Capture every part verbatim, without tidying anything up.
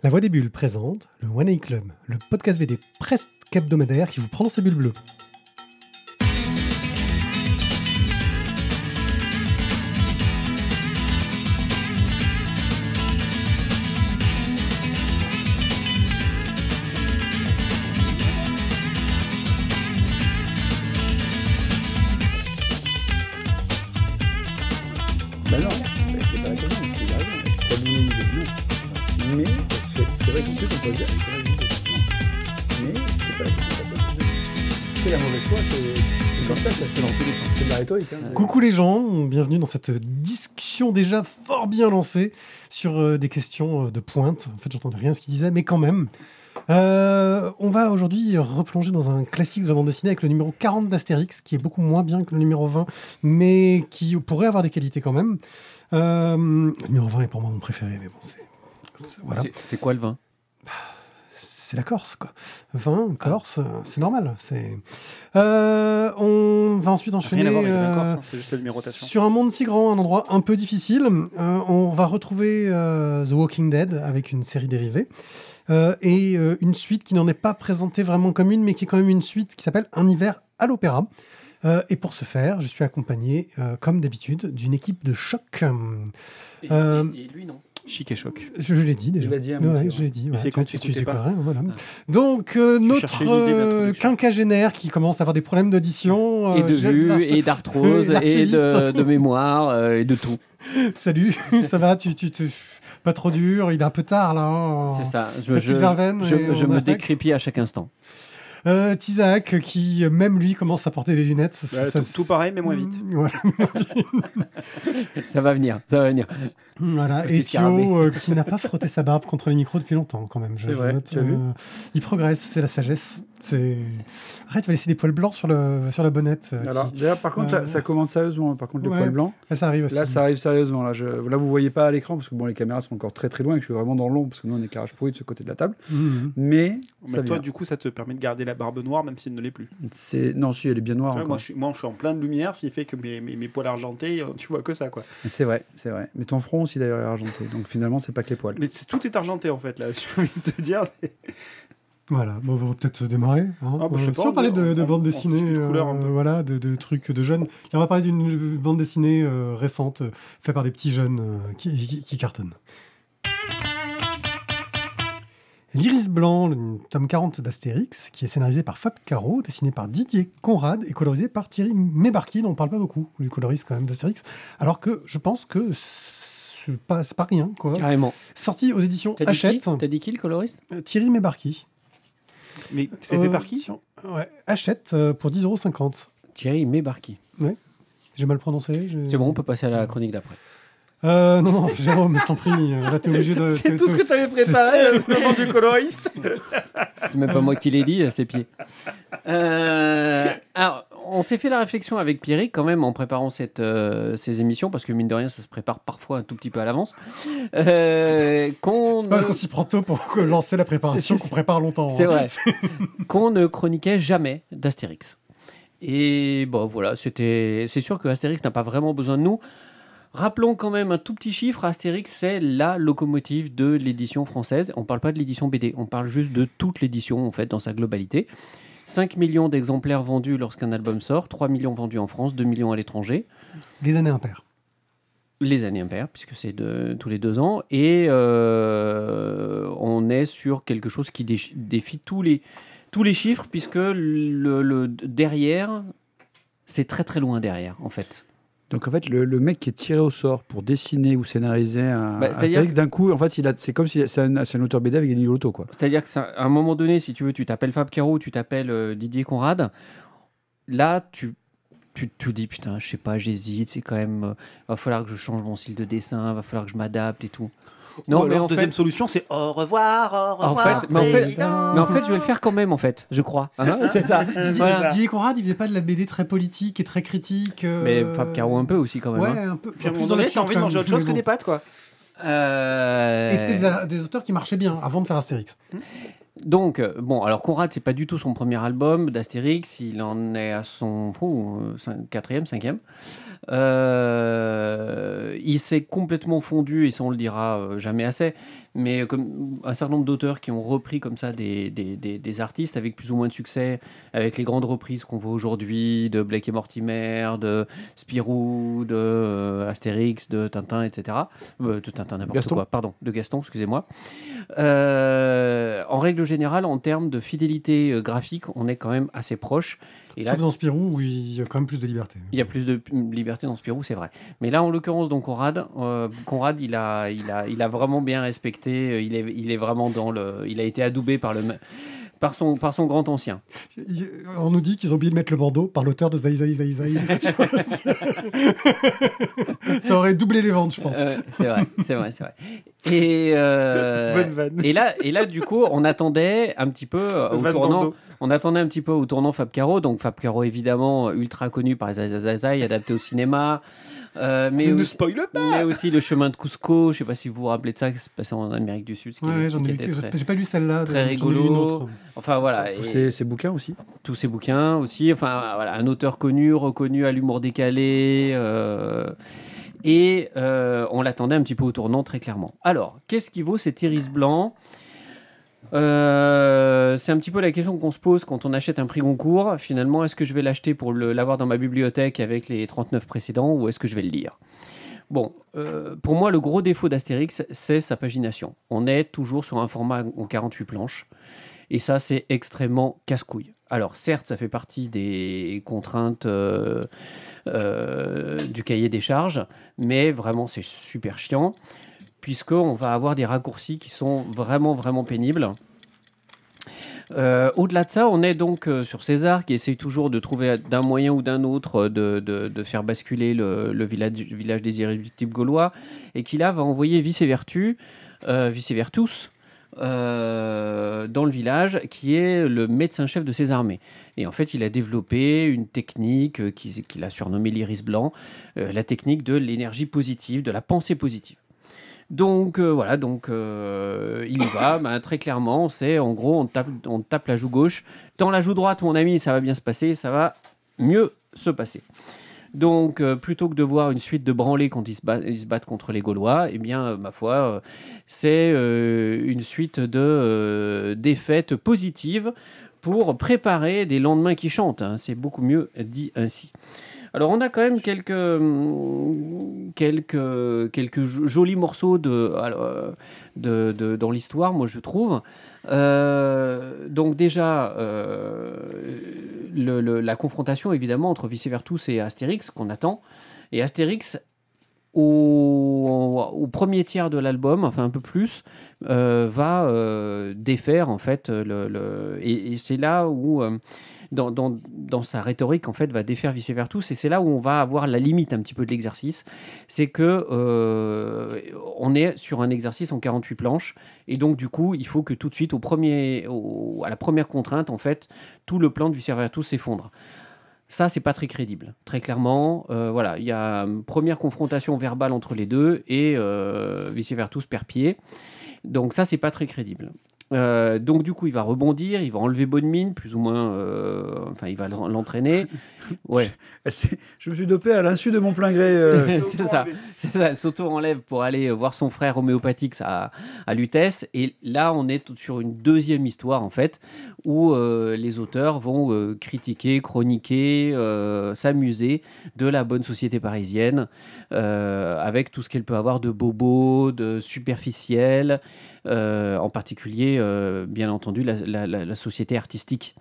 La Voix des Bulles présente le One A Club, le podcast V D presque hebdomadaire qui vous prend dans sa bulle bleue. Bah non, c'est pas la commande, c'est la raison, c'est pas l'une de non. Mais c'est, c'est vrai qu'en plus on peut dire, c'est vrai que non. Mais c'est pas la commande, c'est la mauvaise foi, c'est, c'est comme ça, ça c'est dans tous les sens, c'est de la rhétorique. Hein, c'est... Coucou les gens, bienvenue dans cette discussion déjà fort bien lancée sur euh, des questions de pointe. En fait, j'entendais rien à ce qu'il disait, mais quand même. Euh, on va aujourd'hui replonger dans un classique de la bande dessinée avec le numéro quarante d'Astérix, qui est beaucoup moins bien que le numéro vingt, mais qui pourrait avoir des qualités quand même. Euh, le numéro vingt est pour moi mon préféré, mais bon, c'est... c'est voilà. C'est, c'est quoi le vingt ? C'est la Corse, quoi. vingt, Corse, ah. c'est normal. C'est... Euh, on va ensuite enchaîner Rien à voir avec euh, la Corse, hein, c'est juste la numérotation. sur un monde si grand, un endroit un peu difficile. Euh, on va retrouver euh, The Walking Dead avec une série dérivée. Euh, et euh, une suite qui n'en est pas présentée vraiment comme une, mais qui est quand même une suite qui s'appelle Un hiver à l'opéra. Euh, et pour ce faire, je suis accompagné, euh, comme d'habitude, d'une équipe de choc. Et, Euh, et, et lui, non. Chic et choc. Je, je l'ai dit déjà. Je l'ai dit à Ouais, moitié, je l'ai dit. Mais Ouais. c'est Tu- quand tu, tu tu, tu écoutais pas. crois rien, voilà. Ah. Donc, euh, Je notre cherchais une idée euh, d'introduction. quinquagénaire qui commence à avoir des problèmes d'audition. Et euh, de Jacques vue, Larche- et d'arthrose, et l'archiviste. de, de mémoire, euh, et de tout. Salut, ça va tu, tu, tu... Pas trop dur, il est un peu tard là. hein. C'est ça. Sa Je, petite je, verveine je, et je on me attaque. décrépis à chaque instant. Euh, Tizak qui, même lui, commence à porter des lunettes. Ça- Ouais, ça- tout, tout pareil, mais moins vite. Voilà. Ça va venir, ça va venir. Voilà. Petit Et scarabée. Thio euh, qui n'a pas frotté sa barbe contre les micros depuis longtemps quand même. Je- C'est je vrai, note, tu as vu il progresse, c'est la sagesse. C'est... Arrête, tu vas laisser des poils blancs sur, le, sur la bonnette. euh, Alors, Ti. déjà, par contre, Euh, ça, ça commence sérieusement. Par contre, le ouais. poil blanc, Là, ça arrive aussi. là, ça arrive sérieusement. Là, je... là, vous voyez pas à l'écran parce que bon, les caméras sont encore très très loin et que je suis vraiment dans l'ombre parce que nous, on est éclairage pourri de ce côté de la table. Mhm. Mais, Mais ça toi, vient. du coup, ça te permet de garder la barbe noire, même s'il ne l'est plus. C'est... Non, si, elle est bien noire Ouais, encore. moi, je suis, moi, je suis en pleine lumière, ce qui fait que mes, mes, mes poils argentés, euh, tu vois que ça, quoi. C'est vrai, c'est vrai. Mais ton front aussi d'ailleurs est argenté. Donc finalement, c'est pas que les poils. Mais c'est- tout est argenté, en fait, là, j'ai envie de te dire. c'est- Voilà, bon, on va peut-être démarrer. Hein. Ah, bah, je sais Euh, pas, si on parlait de, on- de on- bande on dessinée, discute de couleurs un peu. euh, voilà, de, de trucs de jeunes. Tiens, on va parler d'une bande dessinée euh, récente, euh, faite par des petits jeunes euh, qui, qui, qui cartonnent. L'Iris Blanc, le tome quarante d'Astérix, qui est scénarisé par Fab Caro, dessiné par Didier Conrad et colorisé par Thierry Mébarki, dont on ne parle pas beaucoup, du coloriste quand même d'Astérix, alors que je pense que c'est pas, c'est pas rien, quoi. Carrément. Sorti aux éditions T'as dit, qui Hachette, T'as dit qui, le coloriste ? euh, Thierry Mébarki. Mais c'était Euh, par qui sur- Ouais, Hachette euh, pour dix euros cinquante. Thierry Mébarki. J'ai mal prononcé. j'ai- C'est bon, on peut passer à la chronique d'après. Euh, non, non, Jérôme, je t'en prie. euh, Là, t'es obligé de. C'est t'es- tout ce que t'es- tu avais préparé, le nom du coloriste. C'est même pas moi qui l'ai dit, c'est pieds. Euh, alors, on s'est fait la réflexion avec Pierrick quand même en préparant cette, euh, ces émissions, parce que mine de rien, ça se prépare parfois un tout petit peu à l'avance. Euh, qu'on C'est pas parce ne- qu'on s'y prend tôt pour que lancer la préparation C'est- qu'on prépare longtemps. C'est hein. vrai. Qu'on ne chroniquait jamais d'Astérix. Et bon, voilà, c'était... c'est sûr que Astérix n'a pas vraiment besoin de nous. Rappelons quand même un tout petit chiffre. Astérix, c'est la locomotive de l'édition française. On ne parle pas de l'édition B D, on parle juste de toute l'édition, en fait, dans sa globalité. cinq millions d'exemplaires vendus lorsqu'un album sort, trois millions vendus en France, deux millions à l'étranger. Les années impaires. Les années impaires, puisque c'est de, tous les deux ans. Et euh, on est sur quelque chose qui déchi- défie tous les, tous les chiffres, puisque le, le derrière, c'est très très loin derrière, en fait. Donc en fait, le, le mec qui est tiré au sort pour dessiner ou scénariser un Bah, un c'est-à-dire Astérix, d'un coup, en fait, il a, c'est comme si c'est un, c'est un auteur B D avec gagné l'auto, quoi. C'est-à-dire qu'à un moment donné, si tu veux, tu t'appelles Fab Caro, tu t'appelles euh, Didier Conrad, là, tu, tu te dis, putain, je sais pas, j'hésite, c'est quand même... euh, va falloir que je change mon style de dessin, va falloir que je m'adapte et tout. Non, mais en deuxième fait- solution, c'est au revoir, au En revoir. fait, mais en fait, président. mais en fait, je vais le faire quand même, en fait, je crois. Hein, c'est ça. Didier, Voilà. Didier Conrad, il faisait pas de la B D très politique et très critique. euh, Mais Fab Caro un peu aussi, quand même. Ouais, hein. un peu. Puis à un plus moment dans donné, l'absurde, t'as envie de quand manger même, autre chose mais que bon. des pâtes, quoi. Euh, Et c'était des, des auteurs qui marchaient bien avant de faire Astérix. Donc, euh, bon, alors Conrad, c'est pas du tout son premier album d'Astérix, il en est à son oh, euh, cin- quatrième, cinquième. Euh, il s'est complètement fondu, et ça on le dira euh, jamais assez, mais comme un certain nombre d'auteurs qui ont repris comme ça des, des, des, des artistes avec plus ou moins de succès, avec les grandes reprises qu'on voit aujourd'hui de Blake et Mortimer, de Spirou, de euh, Astérix, de Tintin, et cetera. Euh, de Tintin, n'importe Gaston. quoi, pardon, de Gaston, excusez-moi. Euh, en règle générale, en termes de fidélité euh, graphique, on est quand même assez proche. Et là, Sauf dans Spirou où il y a quand même plus de liberté. il y a plus de liberté dans Spirou, c'est vrai. Mais là, en l'occurrence, donc Conrad, euh, Conrad, il a, il a, il a vraiment bien respecté. Il est, il est vraiment dans le. Il a été adoubé par le, par son, par son grand ancien. Il- On nous dit qu'ils ont oublié de mettre le bandeau par l'auteur de Zai Zai Zai Zai. Ça aurait doublé les ventes, je pense. Euh, c'est vrai, c'est vrai, c'est vrai. Et euh, Bonne vanne. et là, et là, du coup, on attendait un petit peu euh, au Vanne tournant. bandeau. On attendait un petit peu au tournant Fab Caro. Donc Fab Caro, évidemment, ultra connu par Zai Zai Zai Zai, adapté au cinéma. Euh, mais, Mais ne aussi, spoil pas. mais aussi le chemin de Cusco. Je sais pas si vous vous rappelez de ça, qui se passait en Amérique du Sud. Ce qui, Ouais, j'en qui ai était vu. très- J'ai pas lu celle-là. très j'en ai lu une rigolo. autre. Enfin voilà. Tous et- ces, ces bouquins aussi. tous ses bouquins aussi. Enfin, voilà, un auteur connu, reconnu à l'humour décalé. euh, et euh, on l'attendait un petit peu au tournant, très clairement. Alors, qu'est-ce qui vaut cet iris blanc Euh, C'est un petit peu la question qu'on se pose quand on achète un prix Goncourt. Finalement, est-ce que je vais l'acheter pour le- l'avoir dans ma bibliothèque avec les trente-neuf précédents ou est-ce que je vais le lire ? Bon, euh, pour moi, le gros défaut d'Astérix, c'est sa pagination. On est toujours sur un format en quarante-huit planches. Et ça, c'est extrêmement casse-couille. Alors, certes, ça fait partie des contraintes euh, euh, du cahier des charges, mais vraiment, c'est super chiant, puisqu'on va avoir des raccourcis qui sont vraiment, vraiment pénibles. Euh, au-delà de ça, on est donc euh, sur César qui essaye toujours de trouver d'un moyen ou d'un autre euh, de, de, de faire basculer le, le village, village des irréductibles gaulois et qui là va envoyer Vice Vertu, euh, Vice Vertus euh, dans le village qui est le médecin-chef de ses armées. Et en fait, il a développé une technique euh, qu'il qu'il a surnommée l'iris blanc, euh, la technique de l'énergie positive, de la pensée positive. Donc euh, voilà, donc euh, il y va, bah, très clairement, c'est en gros on tape, on tape la joue gauche, dans la joue droite mon ami ça va bien se passer, ça va mieux se passer. Donc euh, plutôt que de voir une suite de branlés quand ils se, bat- ils se battent contre les Gaulois, eh bien euh, ma foi, euh, c'est euh, une suite de euh, défaites positives pour préparer des lendemains qui chantent, hein. C'est beaucoup mieux dit ainsi. Alors on a quand même quelques, hum, quelques, quelques jo- jolis morceaux de, alors, euh, de, de- dans l'histoire, moi je trouve. Euh, donc déjà, euh, le- le- la confrontation évidemment entre Vice Vertus et Astérix qu'on attend. Et Astérix, au, au premier tiers de l'album, enfin un peu plus, euh, va euh, défaire en fait, le, le- et, et c'est là où... euh, dans, dans, dans sa rhétorique, en fait, va défaire Vice Vertus, et c'est là où on va avoir la limite un petit peu de l'exercice, c'est que euh, on est sur un exercice en quarante-huit planches, et donc du coup, il faut que tout de suite, au premier, au- à la première contrainte, en fait, tout le plan de Vice Vertus s'effondre. Ça, c'est pas très crédible. Très clairement, euh, voilà, il y a une première confrontation verbale entre les deux, et euh, Vice Vertus perd pied. Donc ça, c'est pas très crédible. Euh, donc du coup, il va rebondir, il va enlever bonne mine, plus ou moins. euh, enfin, il va l'en- l'entraîner. Ouais, Elle s'est- Je me suis dopé à l'insu de mon plein gré. euh. c'est ça. C'est ça. S'auto-enlève pour aller voir son frère homéopathique à, à Lutèce. Et là, on est sur une deuxième histoire, en fait, où euh, les auteurs vont euh, critiquer, chroniquer, euh, s'amuser de la bonne société parisienne, euh, avec tout ce qu'elle peut avoir de bobo, de superficiel, euh, en particulier, euh, bien entendu, la, la- la- la société artistique.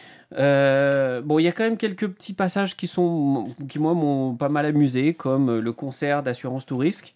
Euh, bon, il y a quand même quelques petits passages qui, sont, qui moi, m'ont pas mal amusé, comme le concert d'assurance tout risque.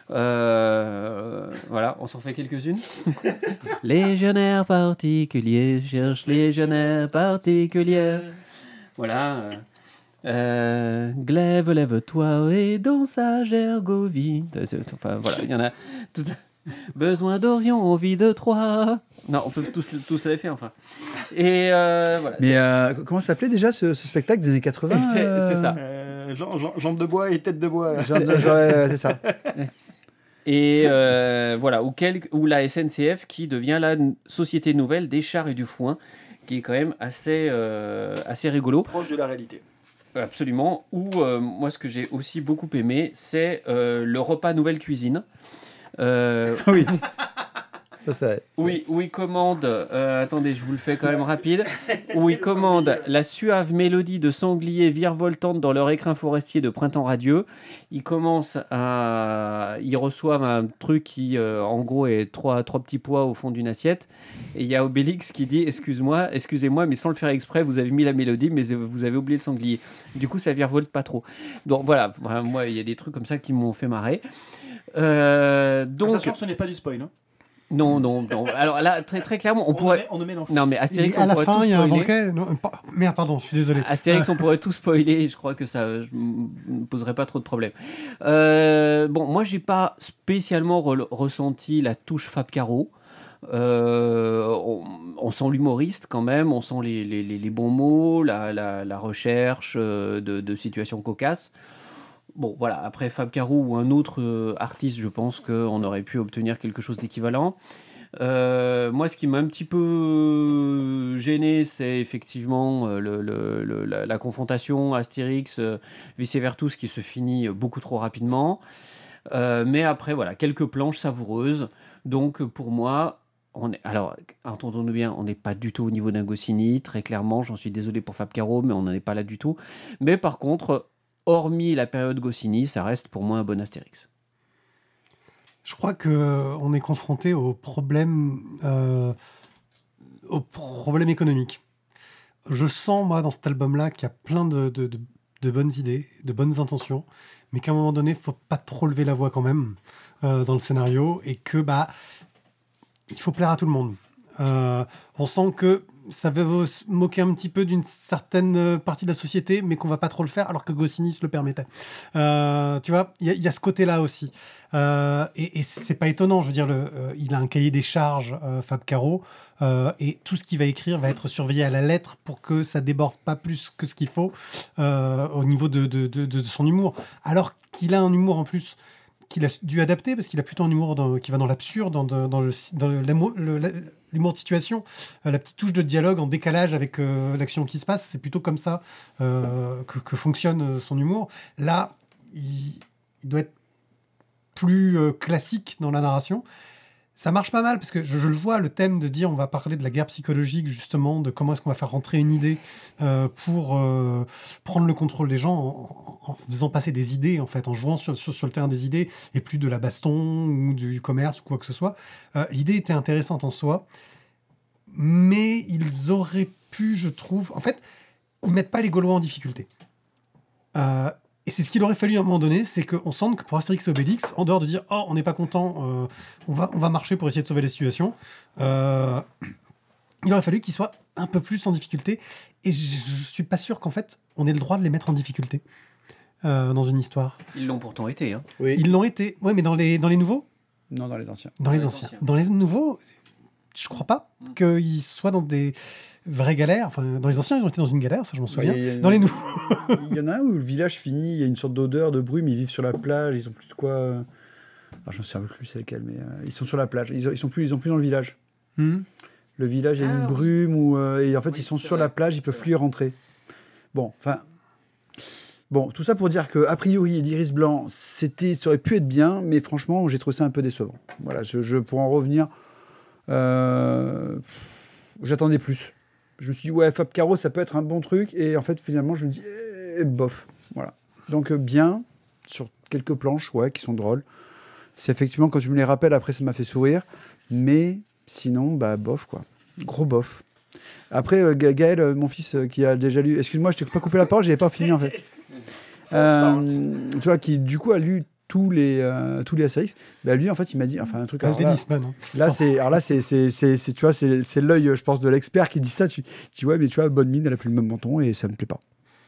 Euh, voilà, on s'en fait quelques-unes. Légionnaire particulier, cherche légionnaire particulière. Voilà. euh, euh, glaive, lève-toi et dans sa gergovie. Enfin, voilà, il y en a. Tout... Besoin d'Orion, envie de Troie. Non, on peut tous, tous les faire, enfin. Et euh, voilà. Mais euh, comment ça s'appelait déjà ce, ce spectacle des années quatre-vingts C'est- euh, c'est ça. Euh, jam- jam- jambes de bois et tête de bois. Genre de- genre, ouais, c'est ça. Et euh, voilà, ou, quel, ou la S N C F qui devient la n- Société Nouvelle des Chars et du Foin, qui est quand même assez, euh, assez rigolo. Proche de la réalité. Absolument. Ou euh, moi, ce que j'ai aussi beaucoup aimé, c'est euh, le repas Nouvelle Cuisine. Euh, Oui. Ça, c'est vrai. Oui, où il commande, euh, attendez, je vous le fais quand même rapide, où il commande la suave mélodie de sangliers virevoltantes dans leur écrin forestier de printemps radieux. Il commence à... Ils reçoivent un truc qui, euh, en gros, est trois, trois petits pois au fond d'une assiette. Et il y a Obélix qui dit, excuse-moi, excusez-moi, mais sans le faire exprès, vous avez mis la mélodie, mais vous avez oublié le sanglier. Du coup, ça virevolte pas trop. Donc voilà, voilà, moi, il y a des trucs comme ça qui m'ont fait marrer. Euh, donc... Attention, ce n'est pas du spoil. Hein. Non, non, non. Alors là, très, très clairement, on, On, pourrait... ne met- on ne mélange. Non, mais Astérix, Et à on la pourrait fin, tout il y a un spoiler. banquet. Non, pa- Merde, pardon, je suis désolé. Astérix, on pourrait tout spoiler. Je crois que ça je ne poserait pas trop de problèmes. Euh, bon, moi, j'ai pas spécialement re- ressenti la touche Fab Caro. Euh, on, on sent l'humoriste quand même, on sent les, les, les, les bons mots, la, la, la recherche euh, de, de situations cocasses. Bon, voilà, après Fab Caro ou un autre euh, artiste, je pense qu'on aurait pu obtenir quelque chose d'équivalent. Euh, moi, ce qui m'a un petit peu gêné, c'est effectivement euh, le, le, le, la, la confrontation Astérix, euh, Vice-Vertus, qui se finit beaucoup trop rapidement. Euh, mais après, voilà, quelques planches savoureuses. Donc, pour moi, on est... alors, entendons-nous bien, on n'est pas du tout au niveau d'un Goscinny, très clairement. J'en suis désolé pour Fab Caro, mais on n'en est pas là du tout. Mais par contre... hormis la période Goscinny, ça reste pour moi un bon Astérix. Je crois qu'on est confronté au problème, euh, au problème économique. Je sens, moi, dans cet album-là, qu'il y a plein de, de, de, de bonnes idées, de bonnes intentions, mais qu'à un moment donné, il ne faut pas trop lever la voix quand même euh, dans le scénario, et que bah, il faut plaire à tout le monde. Euh, on sent que ça veut se moquer un petit peu d'une certaine partie de la société, mais qu'on va pas trop le faire, alors que Goscinny se le permettait. Euh, tu vois, il y, y a ce côté-là aussi. Euh, et, et c'est pas étonnant, je veux dire, le, euh, il a un cahier des charges, euh, Fab Caro, euh, et tout ce qu'il va écrire va être surveillé à la lettre pour que ça déborde pas plus que ce qu'il faut euh, au niveau de, de, de, de son humour. Alors qu'il a un humour en plus qu'il a dû adapter, parce qu'il a plutôt un humour dans, qui va dans l'absurde, dans, dans, dans, le, dans le, le, le, l'humour de situation, euh, la petite touche de dialogue en décalage avec euh, l'action qui se passe, c'est plutôt comme ça euh, que, que fonctionne son humour. Là, il, il doit être plus euh, classique dans la narration. Ça marche pas mal, parce que je, je le vois, le thème de dire on va parler de la guerre psychologique, justement, de comment est-ce qu'on va faire rentrer une idée euh, pour euh, prendre le contrôle des gens en, en faisant passer des idées, en fait, en jouant sur, sur, sur le terrain des idées, et plus de la baston ou du commerce ou quoi que ce soit. Euh, l'idée était intéressante en soi, mais ils auraient pu, je trouve... En fait, ils mettent pas les Gaulois en difficulté. Euh, Et c'est ce qu'il aurait fallu à un moment donné, c'est qu'on sente que pour Astérix et Obélix, en dehors de dire « Oh, on n'est pas content, euh, on, va, on va marcher pour essayer de sauver la situation euh, », il aurait fallu qu'ils soient un peu plus en difficulté. Et je ne suis pas sûr qu'en fait, on ait le droit de les mettre en difficulté euh, dans une histoire. Ils l'ont pourtant été. Hein. Oui. Ils l'ont été. Oui, mais dans les, dans les nouveaux Non, dans les anciens. Dans les anciens. Dans les nouveaux, je crois pas qu'ils soient dans des... vraie galère. Enfin, dans les anciens, ils ont été dans une galère, ça je m'en souviens. Ouais, y a- Dans les nouveaux. Il y en a un où le village finit, il y a une sorte d'odeur, de brume, ils vivent sur la plage, ils ont plus de quoi. euh, Alors je ne sais plus c'est lequel, mais euh, ils sont sur la plage, ils, ont- ils sont plus, ils sont plus dans le village. Hmm. Le village, il y a Ah, une oui. brume où, euh, et en fait Oui, ils sont c'est sur vrai. la plage, ils peuvent C'est plus y rentrer. Bon, enfin. Bon, tout ça pour dire que a priori, l'Iris Blanc, c'était, ça aurait pu être bien, mais franchement, j'ai trouvé ça un peu décevant. Voilà, je, je pour en revenir, euh, j'attendais plus. Je me suis dit, ouais, Fab Caro, ça peut être un bon truc. Et en fait, finalement, je me dis, eh, bof. Voilà. Donc, euh, bien, sur quelques planches, ouais, qui sont drôles. C'est effectivement, quand je me les rappelle, après, ça m'a fait sourire. Mais sinon, bah, bof, quoi. Gros bof. Après, euh, Ga- Gaël, euh, mon fils, euh, qui a déjà lu... Excuse-moi, je t'ai pas coupé la parole, j'avais pas fini, en fait. Euh, tu vois, qui, du coup, a lu tous les, euh, tous les Astérix. Bah, lui, en fait, il m'a dit... Enfin, un truc... Pas le alors là- tennisman. Hein. Là, c'est, alors là, c'est, c'est, c'est, c'est- tu vois, c'est, c'est l'œil, je pense, de l'expert qui dit ça. Tu, tu vois, mais tu vois, bonne mine, elle a plus le même menton et ça me plaît pas.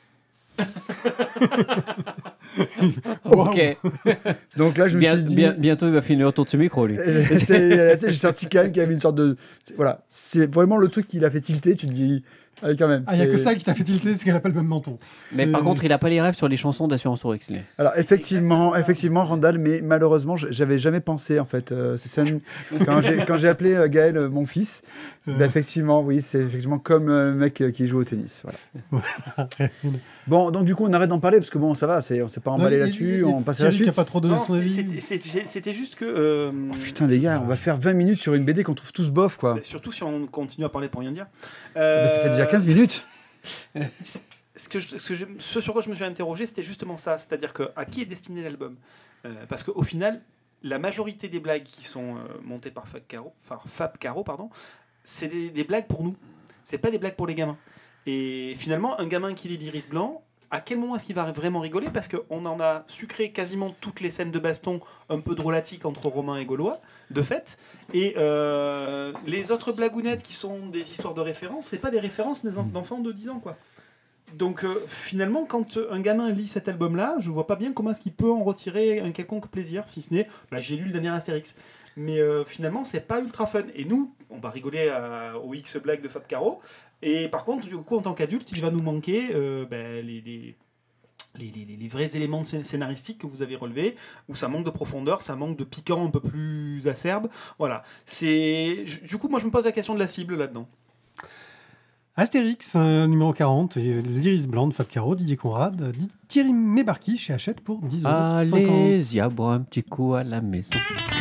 Ok. Donc là, je me Bien- suis dit, bien- bientôt, il va finir autour de ce micro, lui. c'est, tu sais, j'ai senti quand même qu'il y avait une sorte de, voilà, c'est vraiment le truc qui l'a fait tilter. Tu te dis, allez quand même. Ah, il n'y a c'est- que ça qui t'a fait tilter, c'est qu'elle n'a pas le même menton. Mais C'est- par contre, il n'a pas les rêves sur les chansons d'Assurance Tourix. lui. Alors effectivement, effectivement, Randall, mais malheureusement, je- j'avais jamais pensé en fait. Euh, c'est ça, quand j'ai quand j'ai appelé euh, Gaël, euh, mon fils, Euh. bah, effectivement, oui, c'est effectivement comme euh, le mec euh, qui joue au tennis. Voilà. Bon, donc du coup, on arrête d'en parler parce que bon, ça va, c'est, on, s'est pas emballé Ouais, là-dessus, et- et on passe à la Thierry qui suite. a pas trop donné Non, son c'est- avis. c'était- c'était c'était juste que. euh, Oh, putain, les gars, on va faire vingt minutes sur une B D qu'on trouve tous bof, quoi. Surtout si on continue à parler pour rien dire. Mais ça fait déjà Euh, quinze minutes. Ce, que je- ce, que je- ce sur quoi je me suis interrogé, c'était justement ça. C'est-à-dire que, à qui est destiné l'album Euh, Parce qu'au final, la majorité des blagues qui sont euh, montées par Fab Caro, enfin, Fab Caro, pardon, c'est des, des blagues pour nous. C'est pas des blagues pour les gamins. Et finalement, un gamin qui lit l'Iris Blanc, à quel moment est-ce qu'il va vraiment rigoler? Parce qu'on en a sucré quasiment toutes les scènes de baston un peu drôlatiques entre Romains et Gaulois, de fait. Et euh, les autres blagounettes qui sont des histoires de référence, c'est pas des références des en- d'enfants de dix ans, quoi. Donc euh, finalement, quand euh, un gamin lit cet album-là, je vois pas bien comment est-ce qu'il peut en retirer un quelconque plaisir, si ce n'est, bah, j'ai lu le dernier Astérix. Mais euh, finalement, c'est pas ultra fun. Et nous, on va rigoler à- aux X blagues de Fab Caro. Et par contre, du coup, en tant qu'adulte, il va nous manquer euh, bah, les, les, les, les- les vrais éléments scén- scénaristiques que vous avez relevés, où ça manque de profondeur, ça manque de piquant un peu plus acerbe. Voilà. C'est... Du coup, moi, je me pose la question de la cible là-dedans. Astérix, euh, numéro quarante, et l'Iris Blanc de Fab Caro, Didier Conrad, euh, dit Thierry Mébarki chez Hachette pour dix euros cinquante. Allez-y, à boire un petit coup à la maison.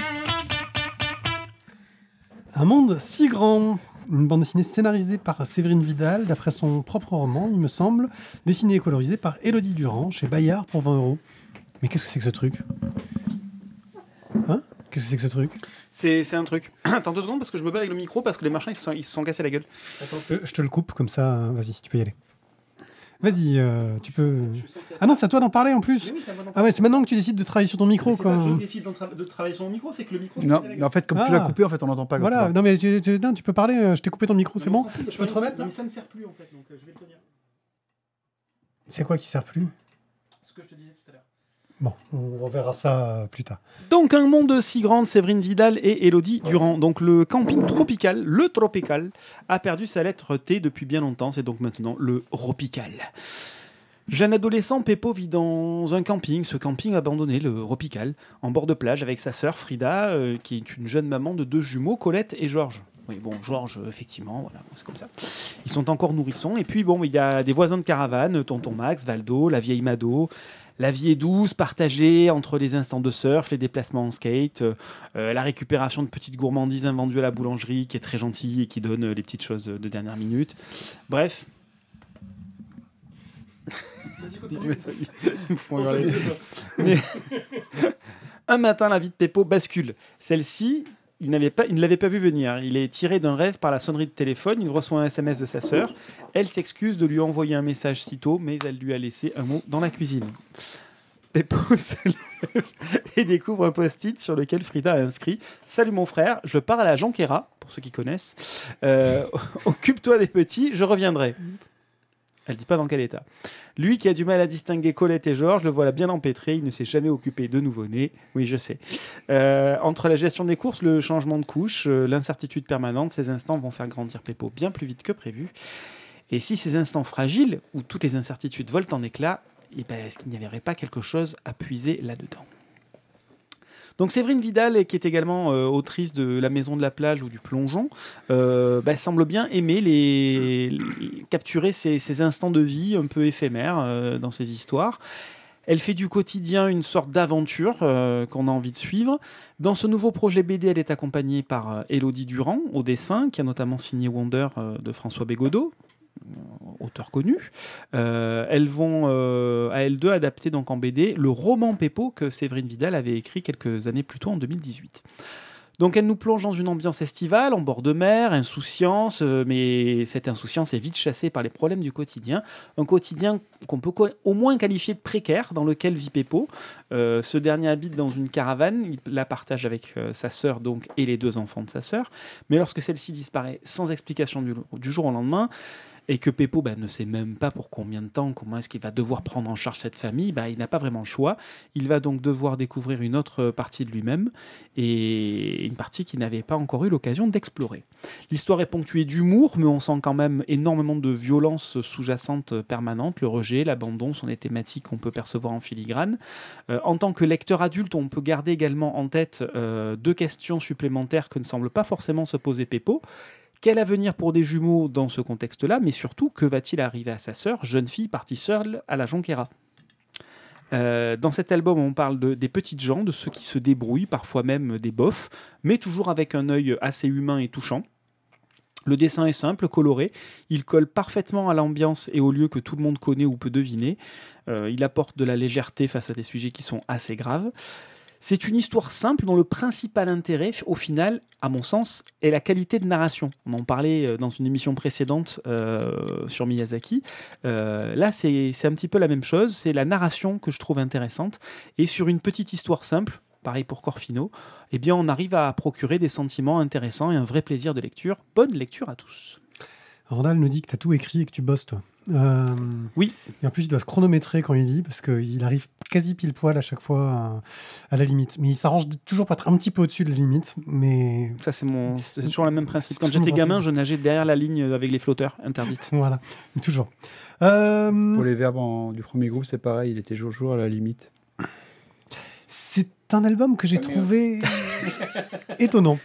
Un monde si grand. Une bande dessinée scénarisée par Séverine Vidal, d'après son propre roman, il me semble, dessinée et colorisée par Élodie Durand, chez Bayard pour vingt euros. Mais qu'est-ce que c'est que ce truc? Hein? Qu'est-ce que c'est que ce truc? C'est, c'est un truc. Attends deux secondes parce que je me bats avec le micro parce que les machins ils se sont, ils se sont cassés la gueule. Attends, je je te le coupe, comme ça, euh, vas-y, tu peux y aller. Vas-y, euh, tu peux... Ah non, c'est à toi d'en parler en plus. Ah ouais, c'est maintenant que tu décides de travailler sur ton micro, C'est quoi. pas que je décide de, tra- de travailler sur mon micro, c'est que le micro. Non, mais en fait, comme tu Ah. l'as coupé, en fait, on n'entend pas. quand Voilà, tu non mais tu, tu- non, tu peux parler, euh, je t'ai coupé ton micro, c'est bon? Je Je peux te remettre, là? Mais ça ne sert plus en fait, donc euh, je vais le tenir. C'est quoi qui sert plus? Ce que je te disais tout à l'heure. Bon, on reverra ça euh, plus tard. Donc un monde si grand, Séverine Vidal et Élodie Durand. Donc le camping tropical, le tropical, a perdu sa lettre T depuis bien longtemps. C'est donc maintenant le Ropical. Jeune adolescent, Peppo vit dans un camping, ce camping abandonné, le Ropical, en bord de plage avec sa sœur Frida, euh, qui est une jeune maman de deux jumeaux, Colette et Georges. Oui, bon, Georges, effectivement, voilà, c'est comme ça. Ils sont encore nourrissons. Et puis, bon, il y a des voisins de caravane, tonton Max, Valdo, la vieille Mado. La vie est douce, partagée entre les instants de surf, les déplacements en skate, euh, la récupération de petites gourmandises invendues à la boulangerie, qui est très gentille et qui donne euh, les petites choses de, de dernière minute. Bref. Vas-y, continue. Ils me font hurler. Mais un matin, la vie de Peppo bascule. Celle-ci, il, n'avait pas, il ne l'avait pas vu venir. Il est tiré d'un rêve par la sonnerie de téléphone. Il reçoit un S M S de sa sœur. Elle s'excuse de lui envoyer un message sitôt, mais elle lui a laissé un mot dans la cuisine. Peppo se lève et découvre un post-it sur lequel Frida a inscrit « Salut mon frère, je pars à la Jonquera », pour ceux qui connaissent. Euh, « Occupe-toi des petits, je reviendrai ». Elle ne dit pas dans quel état. Lui qui a du mal à distinguer Colette et Georges, le voilà bien empêtré, il ne s'est jamais occupé de nouveau-nés. Oui, je sais. Euh, entre la gestion des courses, le changement de couche, euh, l'incertitude permanente, ces instants vont faire grandir Peppo bien plus vite que prévu. Et si ces instants fragiles, où toutes les incertitudes volent en éclats, eh ben, est-ce qu'il n'y avait pas quelque chose à puiser là-dedans ? Donc Séverine Vidal, qui est également euh, autrice de La Maison de la Plage ou du Plongeon, euh, bah, semble bien aimer les, les- capturer ces, ces instants de vie un peu éphémères euh, dans ses histoires. Elle fait du quotidien une sorte d'aventure euh, qu'on a envie de suivre. Dans ce nouveau projet B D, elle est accompagnée par euh, Élodie Durand au dessin, qui a notamment signé Wonder euh, de François Bégodeau, auteur connu. Euh, elles vont euh, à elles deux adapter donc en B D le roman Peppo que Séverine Vidal avait écrit quelques années plus tôt en deux mille dix-huit. Donc elle nous plonge dans une ambiance estivale, en bord de mer, insouciance, euh, mais cette insouciance est vite chassée par les problèmes du quotidien. Un quotidien qu'on peut co- au moins qualifier de précaire, dans lequel vit Peppo. Euh, ce dernier habite dans une caravane, il la partage avec euh, sa sœur donc, et les deux enfants de sa sœur. Mais lorsque celle-ci disparaît sans explication du, du jour au lendemain, et que Peppo bah, ne sait même pas pour combien de temps, comment est-ce qu'il va devoir prendre en charge cette famille, bah, il n'a pas vraiment le choix. Il va donc devoir découvrir une autre partie de lui-même, et une partie qu'il n'avait pas encore eu l'occasion d'explorer. L'histoire est ponctuée d'humour, mais on sent quand même énormément de violence sous-jacente permanente. Le rejet, l'abandon sont des thématiques qu'on peut percevoir en filigrane. Euh, en tant que lecteur adulte, on peut garder également en tête euh, deux questions supplémentaires que ne semble pas forcément se poser Peppo. Quel avenir pour des jumeaux dans ce contexte-là, mais surtout, que va-t-il arriver à sa sœur, jeune fille partie seule à la Jonquera ? Euh, dans cet album, on parle de, des petites gens, de ceux qui se débrouillent, parfois même des bofs, mais toujours avec un œil assez humain et touchant. Le dessin est simple, coloré, il colle parfaitement à l'ambiance et au lieu que tout le monde connaît ou peut deviner. Euh, il apporte de la légèreté face à des sujets qui sont assez graves. C'est une histoire simple dont le principal intérêt, au final, à mon sens, est la qualité de narration. On en parlait dans une émission précédente euh, sur Miyazaki. Euh, là, c'est, c'est un petit peu la même chose. C'est la narration que je trouve intéressante. Et sur une petite histoire simple, pareil pour Corfino, eh bien, on arrive à procurer des sentiments intéressants et un vrai plaisir de lecture. Bonne lecture à tous. Randall nous dit que tu as tout écrit et que tu bosses, toi. Euh, oui. Et en plus, il doit se chronométrer quand il lit, parce qu'il arrive quasi pile poil à chaque fois à, à la limite. Mais il s'arrange toujours pour être un petit peu au-dessus de la limite. Mais... Ça, c'est, mon... c'est toujours le même principe. C'est Quand toujours j'étais mon gamin, principe. je nageais derrière la ligne avec les flotteurs interdites. Voilà, mais toujours. Euh, Pour les verbes en- du premier groupe, c'est pareil, il était jour-jour à la limite. C'est un album que j'ai trouvé étonnant.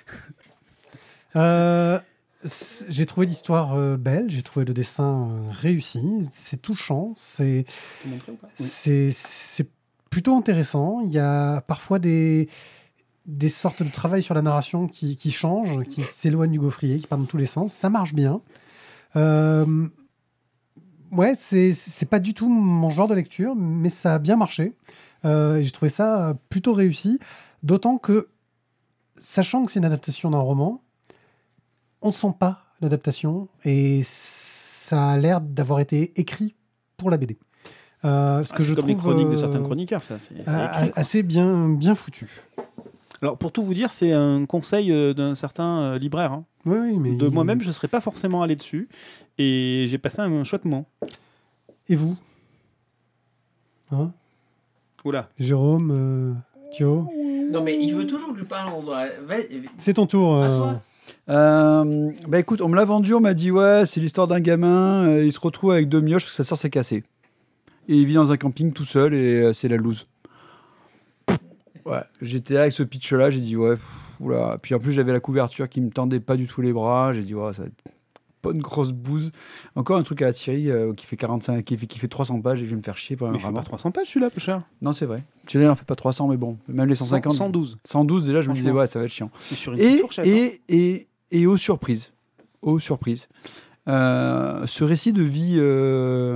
Euh, c'est- j'ai trouvé l'histoire euh, belle, j'ai trouvé le dessin euh, réussi, c'est touchant, c'est, Tu montrais ou pas ? c'est, c'est plutôt intéressant. Il y a parfois des, des sortes de travail sur la narration qui, qui changent, qui s'éloignent du gaufrier, qui partent dans tous les sens. Ça marche bien. Euh, ouais, c'est, c'est pas du tout mon genre de lecture, mais ça a bien marché. Euh, et j'ai trouvé ça plutôt réussi, d'autant que, sachant que c'est une adaptation d'un roman, on ne sent pas l'adaptation et ça a l'air d'avoir été écrit pour la B D. Euh, ce Ah, que c'est je comme les trouve chroniques de euh, certains chroniqueurs, ça. C'est, c'est a- écrit, quoi. assez bien, bien foutu. Alors, pour tout vous dire, c'est un conseil euh, d'un certain euh, libraire. hein. Oui, oui, mais De moi-même, je ne serais pas forcément allé dessus. Et j'ai passé un chouette moment. Et vous, hein, Oula. Jérôme, euh, Thio, Non, mais il veut toujours que je parle en droit. Vas-y, c'est ton tour. à euh, toi. Euh, bah écoute, on me l'a vendu, on m'a dit ouais, c'est l'histoire d'un gamin, euh, il se retrouve avec deux mioches parce que sa sœur s'est cassée. Et il vit dans un camping tout seul et euh, c'est la loose. Ouais, j'étais là avec ce pitch-là, j'ai dit ouais, pff, oula. Puis en plus, j'avais la couverture qui me tendait pas du tout les bras, j'ai dit ouais, ça va être pas une grosse bouse. Encore un truc à la Thierry euh, qui fait quarante-cinq, qui fait, qui fait trois cents pages et je vais me faire chier. Pas Mais il fait vraiment. pas trois cents pages, celui-là, peu cher. Non, c'est vrai. Celui-là, il en fait pas trois cents, mais bon, même les cent cinquante. cent douze. cent douze, déjà, je me disais Franchement. ouais, ça va être chiant. C'est sur une petite Et, fourchette. hein. et, et, et aux surprises, aux surprises, euh, ce récit de vie euh,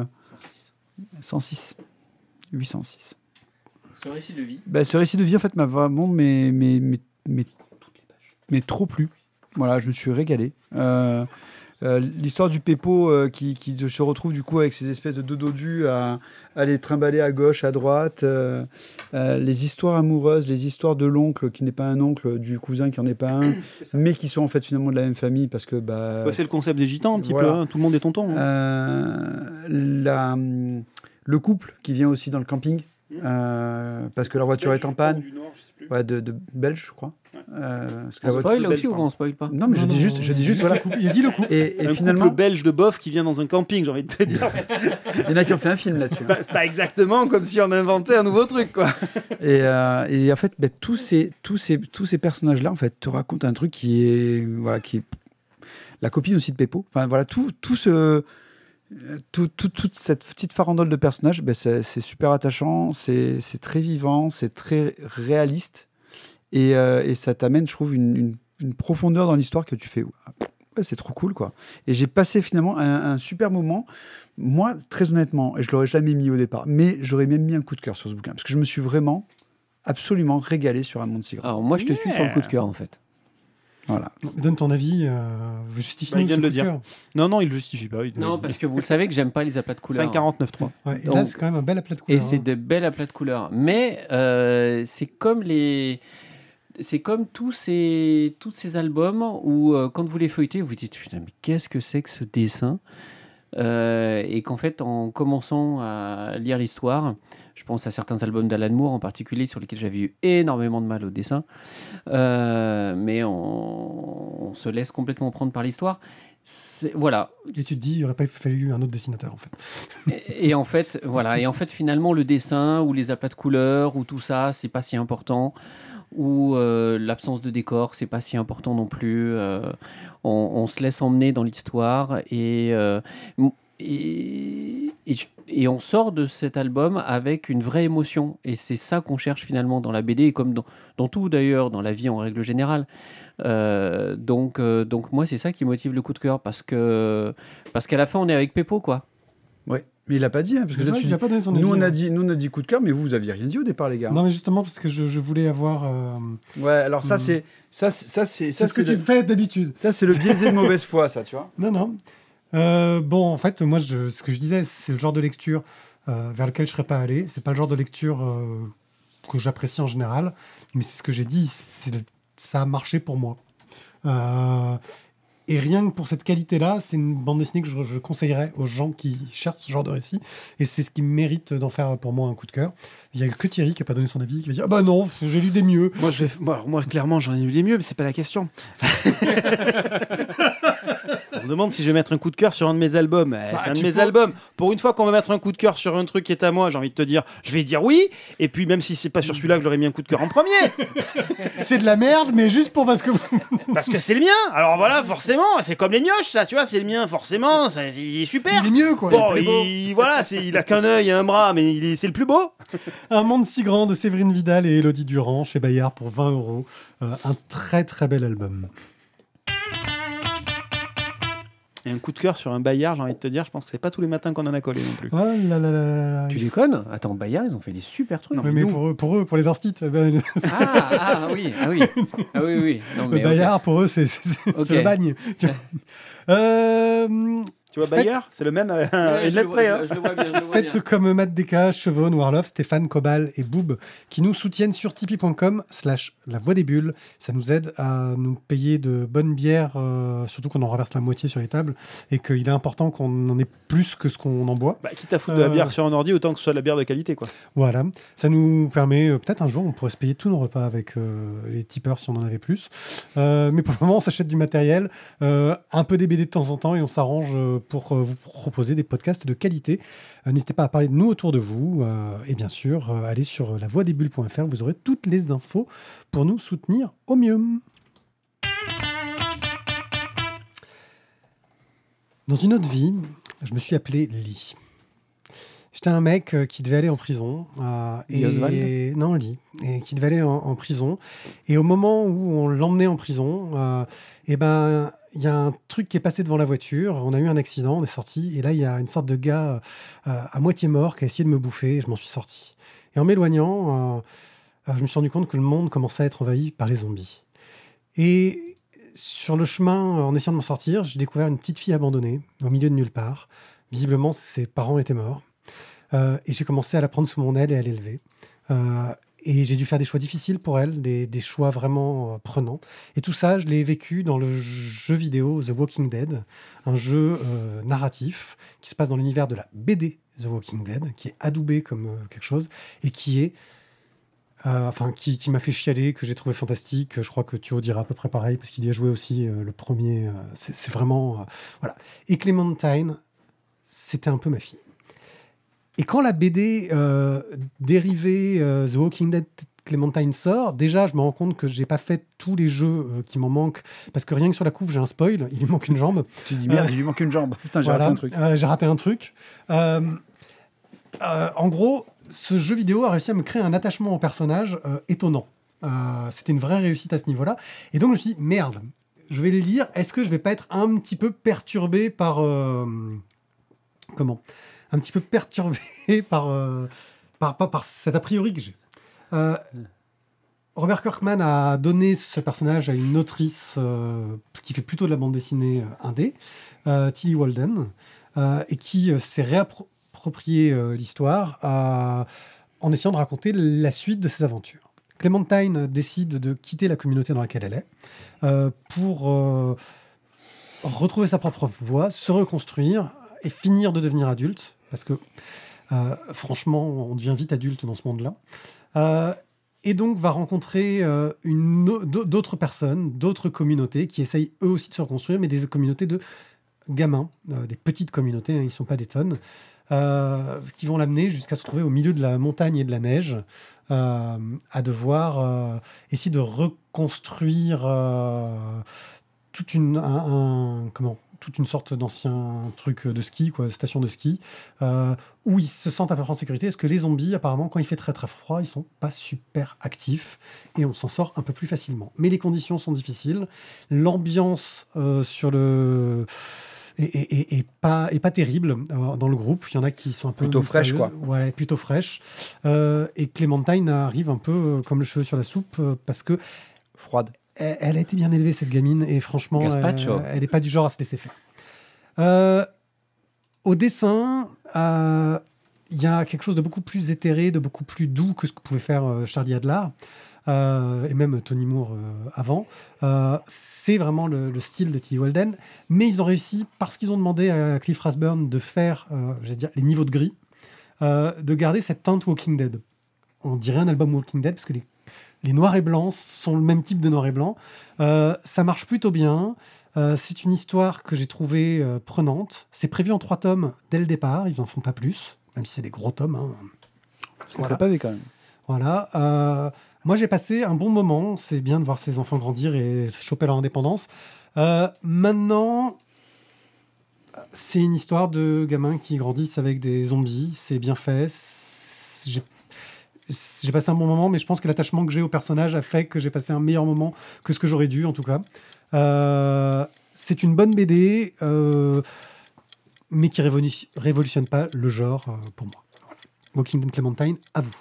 cent six, huit cent six. Ce récit de vie. Bah, ce récit de vie en fait m'a vraiment mais, mais, mais, mais, mais trop plu. Voilà, je me suis régalé. Euh, euh, l'histoire du Pépot euh, qui, qui se retrouve du coup avec ces espèces de deux dodus à, à les trimballer à gauche, à droite. Euh, euh, les histoires amoureuses, les histoires de l'oncle qui n'est pas un oncle, du cousin qui en est pas un, mais qui sont en fait finalement de la même famille parce que bah, Ouais, c'est le concept des gitans, un petit voilà. peu. hein. Tout le monde est tonton. hein. euh, la, le couple qui vient aussi dans le camping euh, parce que leur voiture est en panne. Ouais, de, de belge, je crois. Euh, parce que On la voiture- spoil là belge, aussi ou pardon. on spoil pas? Non, mais je Non, dis non, juste, je dis juste, le voilà. couple. Il a dit le couple. Et, et un finalement, couple belge de bof qui vient dans un camping, j'ai envie de te dire. C'est il y en a qui ont fait un film là-dessus. pas, c'est pas exactement comme si on inventait un nouveau truc, quoi. Et, euh, et en fait, ben, tous ces, tous ces, tous ces personnages-là, en fait, te racontent un truc qui est, voilà, qui est la copine aussi de Pépot. Enfin, voilà, tout, tout ce, tout, tout- toute cette petite farandole de personnages, ben, c'est, c'est super attachant, c'est, c'est très vivant, c'est très réaliste, et, euh, et ça t'amène, je trouve, une, une, une profondeur dans l'histoire que tu fais. Ouais, c'est trop cool, quoi. Et j'ai passé finalement un, un super moment. Moi, très honnêtement, et je l'aurais jamais mis au départ, mais j'aurais même mis un coup de cœur sur ce bouquin parce que je me suis vraiment, absolument régalé sur un monde si grand. Alors moi je te suis sur le coup de cœur en fait. Voilà. Donne ton avis, euh, justifie Bah, il nous vient ce de le coup de dire. cœur. Non, non, il justifie pas. Il... Non, parce que vous le savez que j'aime pas les aplats de couleurs. cinq quarante-neuf trois. Ouais, et Donc- là, c'est quand même un bel aplat de Et couleurs. c'est hein. de belles aplats de couleurs. Mais euh, c'est comme les. C'est comme tous ces, tous ces albums où, euh, quand vous les feuilletez, vous vous dites putain, mais qu'est-ce que c'est que ce dessin Euh, Et qu'en fait, en commençant à lire l'histoire, je pense à certains albums d'Alan Moore en particulier, sur lesquels j'avais eu énormément de mal au dessin, euh, mais on, on se laisse complètement prendre par l'histoire. C'est- voilà. Et tu te dis, il aurait pas fallu un autre dessinateur, en fait. Et, et en fait, voilà. Et en fait, finalement, le dessin ou les aplats de couleurs ou tout ça, c'est pas si important. Ou euh, l'absence de décor, c'est pas si important non plus. Euh, on, on se laisse emmener dans l'histoire et euh, m- et, et, et on sort de cet album avec une vraie émotion. Et c'est ça qu'on cherche finalement dans la B D, et comme dans, dans tout d'ailleurs, dans la vie en règle générale. Euh, donc, euh, donc moi, c'est ça qui motive le coup de cœur, parce, que, parce qu'à la fin, on est avec Peppo, quoi. Ouais, mais il a pas dit, hein, parce que C'est là, vrai tu qu'il a dis- pas donné son nous, avis, on a hein. dit, nous on a dit coup de cœur, mais vous, vous aviez rien dit au départ, les gars. Non, mais justement, parce que je, je voulais avoir. euh, Ouais, alors ça Hmm. c'est ça c'est ça c'est ça C'est ce que c'est tu le- fais d'habitude. ça c'est le biaisé de mauvaise foi, ça, tu vois. Non, non. Euh, bon, en fait, moi, je, ce que je disais, c'est le genre de lecture euh, vers lequel je ne serais pas allé. C'est pas le genre de lecture euh, que j'apprécie en général, mais c'est ce que j'ai dit. C'est le- ça a marché pour moi. Euh, et rien que pour cette qualité-là, c'est une bande dessinée que je, je conseillerais aux gens qui cherchent ce genre de récit. Et c'est ce qui mérite d'en faire pour moi un coup de cœur. Il n'y a que Thierry qui n'a pas donné son avis, qui va dire ah bah non, j'ai lu des mieux. Moi, je vais... moi, moi, clairement, j'en ai eu des mieux, mais c'est pas la question. On me demande si je vais mettre un coup de cœur sur un de mes albums. Eh, Bah, c'est un de tu mes peux- albums. Pour une fois qu'on va mettre un coup de cœur sur un truc qui est à moi, j'ai envie de te dire, je vais dire oui. Et puis, même si c'est pas sur celui-là que j'aurais mis un coup de cœur en premier, C'est de la merde, mais juste pour parce que parce que c'est le mien. Alors voilà, forcément, c'est comme les mioches, ça, tu vois, c'est le mien, forcément, ça, il est super. il est mieux, quoi. Bon, Il est plus beau. il, voilà, c'est, il a qu'un œil et un bras, mais il est- c'est le plus beau. Un monde si grand de Séverine Vidal et Élodie Durand chez Bayard pour vingt euros. Euh, un très très bel album. Et un coup de cœur sur un Bayard, j'ai envie de te dire, je pense que c'est pas tous les matins qu'on en a collé non plus. Oh là là là là là. Tu déconnes? Attends, Bayard, ils ont fait des super trucs. Ouais, mais pour eux, pour eux, pour les instits, eh ben, Ah, ah oui, ah oui, ah oui, oui. Non, mais, le Bayard, pour eux, c'est c'est- c'est- Ok. c'est le bagne. Tu vois. Euh, Tu vois, Faites- Bayard, c'est le même, euh, Ouais, et je de le l'être près. vois- Hein. je le vois bien, je le vois Faites bien. comme Matt Deka, Chevron, Warloff, Stéphane, Cobal et Boob qui nous soutiennent sur tipeee.com slash la voix des bulles. Ça nous aide à nous payer de bonnes bières, euh, surtout qu'on en reverse la moitié sur les tables et qu'il est important qu'on en ait plus que ce qu'on en boit. Bah, quitte à foutre de la Euh. bière sur un ordi, autant que ce soit de la bière de qualité, quoi. Voilà, ça nous permet, euh, peut-être un jour, on pourrait se payer tous nos repas avec euh, les tipeurs si on en avait plus. Euh, mais pour le moment, on s'achète du matériel, euh, un peu des B D de temps en temps et on s'arrange euh, pour euh, vous proposer des podcasts de qualité. Euh, N'hésitez pas à parler de nous autour de vous euh, et bien sûr, euh, allez sur la voix des bulles point f r, vous aurez toutes les infos pour nous soutenir au mieux. Dans une autre vie, je me suis appelé Lee. J'étais un mec euh, qui devait aller en prison. euh, Lee et... Oswald Non, Lee. Et qui devait aller en, en prison. Et au moment où on l'emmenait en prison, euh, eh ben, il y a un truc qui est passé devant la voiture. On a eu un accident, on est sorti. Et là, il y a une sorte de gars euh, à moitié mort qui a essayé de me bouffer. Et je m'en suis sorti. Et en m'éloignant, euh, euh, je me suis rendu compte que le monde commençait à être envahi par les zombies. Et sur le chemin, en essayant de m'en sortir, j'ai découvert une petite fille abandonnée au milieu de nulle part. Visiblement, ses parents étaient morts. Euh, et j'ai commencé à la prendre sous mon aile et à l'élever. Euh, et j'ai dû faire des choix difficiles pour elle, des, des choix vraiment euh, prenants. Et tout ça, je l'ai vécu dans le jeu vidéo The Walking Dead, un jeu euh, narratif qui se passe dans l'univers de la B D The Walking Dead, qui est adoubé comme euh, quelque chose, et qui est euh, enfin, qui, qui m'a fait chialer, que j'ai trouvé fantastique. Je crois que Thio dira à peu près pareil, parce qu'il y a joué aussi euh, le premier. Euh, c'est, c'est vraiment... euh, voilà. Et Clémentine, c'était un peu ma fille. Et quand la B D euh, dérivée euh, The Walking Dead Clémentine sort, déjà je me rends compte que j'ai pas fait tous les jeux euh, qui m'en manquent, parce que rien que sur la couve j'ai un spoil, il lui manque une jambe. Tu dis merde, Euh, il lui manque une jambe. Putain, j'ai Voilà. raté un truc. Euh, j'ai raté un truc. Euh, euh, en gros, ce jeu vidéo a réussi à me créer un attachement au personnage euh, étonnant. Euh, c'était une vraie réussite à ce niveau-là. Et donc je me suis dit, merde, je vais le lire, est-ce que je vais pas être un petit peu perturbé par... euh, comment un petit peu perturbé par, euh, par, par, par cet a priori que j'ai. Euh, Robert Kirkman a donné ce personnage à une autrice euh, qui fait plutôt de la bande dessinée euh, indé, euh, Tilly Walden, euh, et qui euh, s'est réapproprié euh, l'histoire euh, en essayant de raconter la suite de ses aventures. Clémentine décide de quitter la communauté dans laquelle elle est euh, pour euh, retrouver sa propre voie, se reconstruire et finir de devenir adulte, parce que euh, franchement, on devient vite adulte dans ce monde-là. Euh, et donc va rencontrer euh, une o- d'autres personnes, d'autres communautés qui essayent eux aussi de se reconstruire, mais des communautés de gamins, euh, des petites communautés, hein, ils ne sont pas des tonnes, euh, qui vont l'amener jusqu'à se retrouver au milieu de la montagne et de la neige, euh, à devoir euh, essayer de reconstruire... Euh, toute une, un, un- comment, toute une sorte d'ancien truc de ski, quoi, station de ski, euh, où ils se sentent à peu près en sécurité. Parce que les zombies, apparemment, quand il fait très très froid, ils sont pas super actifs et on s'en sort un peu plus facilement. Mais les conditions sont difficiles. L'ambiance euh, sur le est, est, est, est pas est pas terrible euh, dans le groupe. Il y en a qui sont un peu Plutôt fraîche, quoi. Ouais, plutôt fraîche. Euh, et Clémentine arrive un peu euh, comme le cheveu sur la soupe euh, parce que Froide. elle, elle a été bien élevée, cette gamine, et franchement, Gazpacho. euh, elle n'est pas du genre à se laisser faire. Euh, au dessin, euh, il y a quelque chose de beaucoup plus éthéré, de beaucoup plus doux que ce que pouvait faire euh, Charlie Adler, euh, et même Tony Moore euh, avant. Euh, c'est vraiment le, le style de Tilly Walden, mais ils ont réussi, parce qu'ils ont demandé à Cliff Rathburn de faire euh, j'allais dire, les niveaux de gris, euh, de garder cette teinte Walking Dead. On dirait un album Walking Dead, parce que les Les noirs et blancs sont le même type de noir et blanc. Euh, ça marche plutôt bien. Euh, c'est une histoire que j'ai trouvée euh, prenante. C'est prévu en trois tomes dès le départ. Ils n'en font pas plus, même si c'est des gros tomes. Hein. Ça Voilà. fait pas vu quand même. Voilà. Euh, moi, j'ai passé un bon moment. C'est bien de voir ces enfants grandir et choper leur indépendance. Euh, maintenant, c'est une histoire de gamins qui grandissent avec des zombies. C'est bien fait. C'est- J'ai J'ai passé un bon moment, mais je pense que l'attachement que j'ai au personnage a fait que j'ai passé un meilleur moment que ce que j'aurais dû, en tout cas. Euh, c'est une bonne B D, euh, mais qui révolu- révolutionne pas le genre euh, pour moi. Voilà. Walking Clementine, à vous.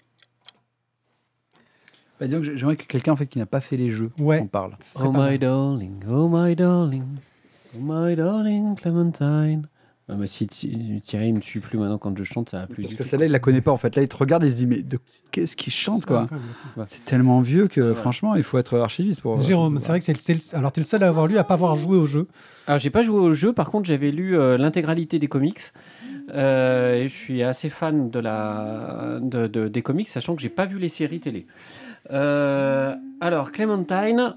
Bah, disons que j'aimerais que quelqu'un en fait, qui n'a pas fait les jeux Ouais. en parle. Ce serait Oh pas my mal. darling, oh my darling, oh my darling Clementine. Ah bah si Thi- Thierry me suit plus maintenant quand je chante, ça va plus. Parce du que tout. celle-là, il la connaît pas en fait. Là, il te regarde et il se dit mais de qu'est-ce qu'il chante quoi. Ouais, ouais. C'est tellement vieux que Ouais. franchement, il faut être archiviste pour. Jérôme, c'est vrai que c'est le, c'est le- alors t'es le seul à avoir lu, à pas avoir joué au jeu. Alors j'ai pas joué au jeu, par contre j'avais lu euh, l'intégralité des comics. Euh, et je suis assez fan de la, de, de- des comics, sachant que j'ai pas vu les séries télé. Euh, alors Clementine.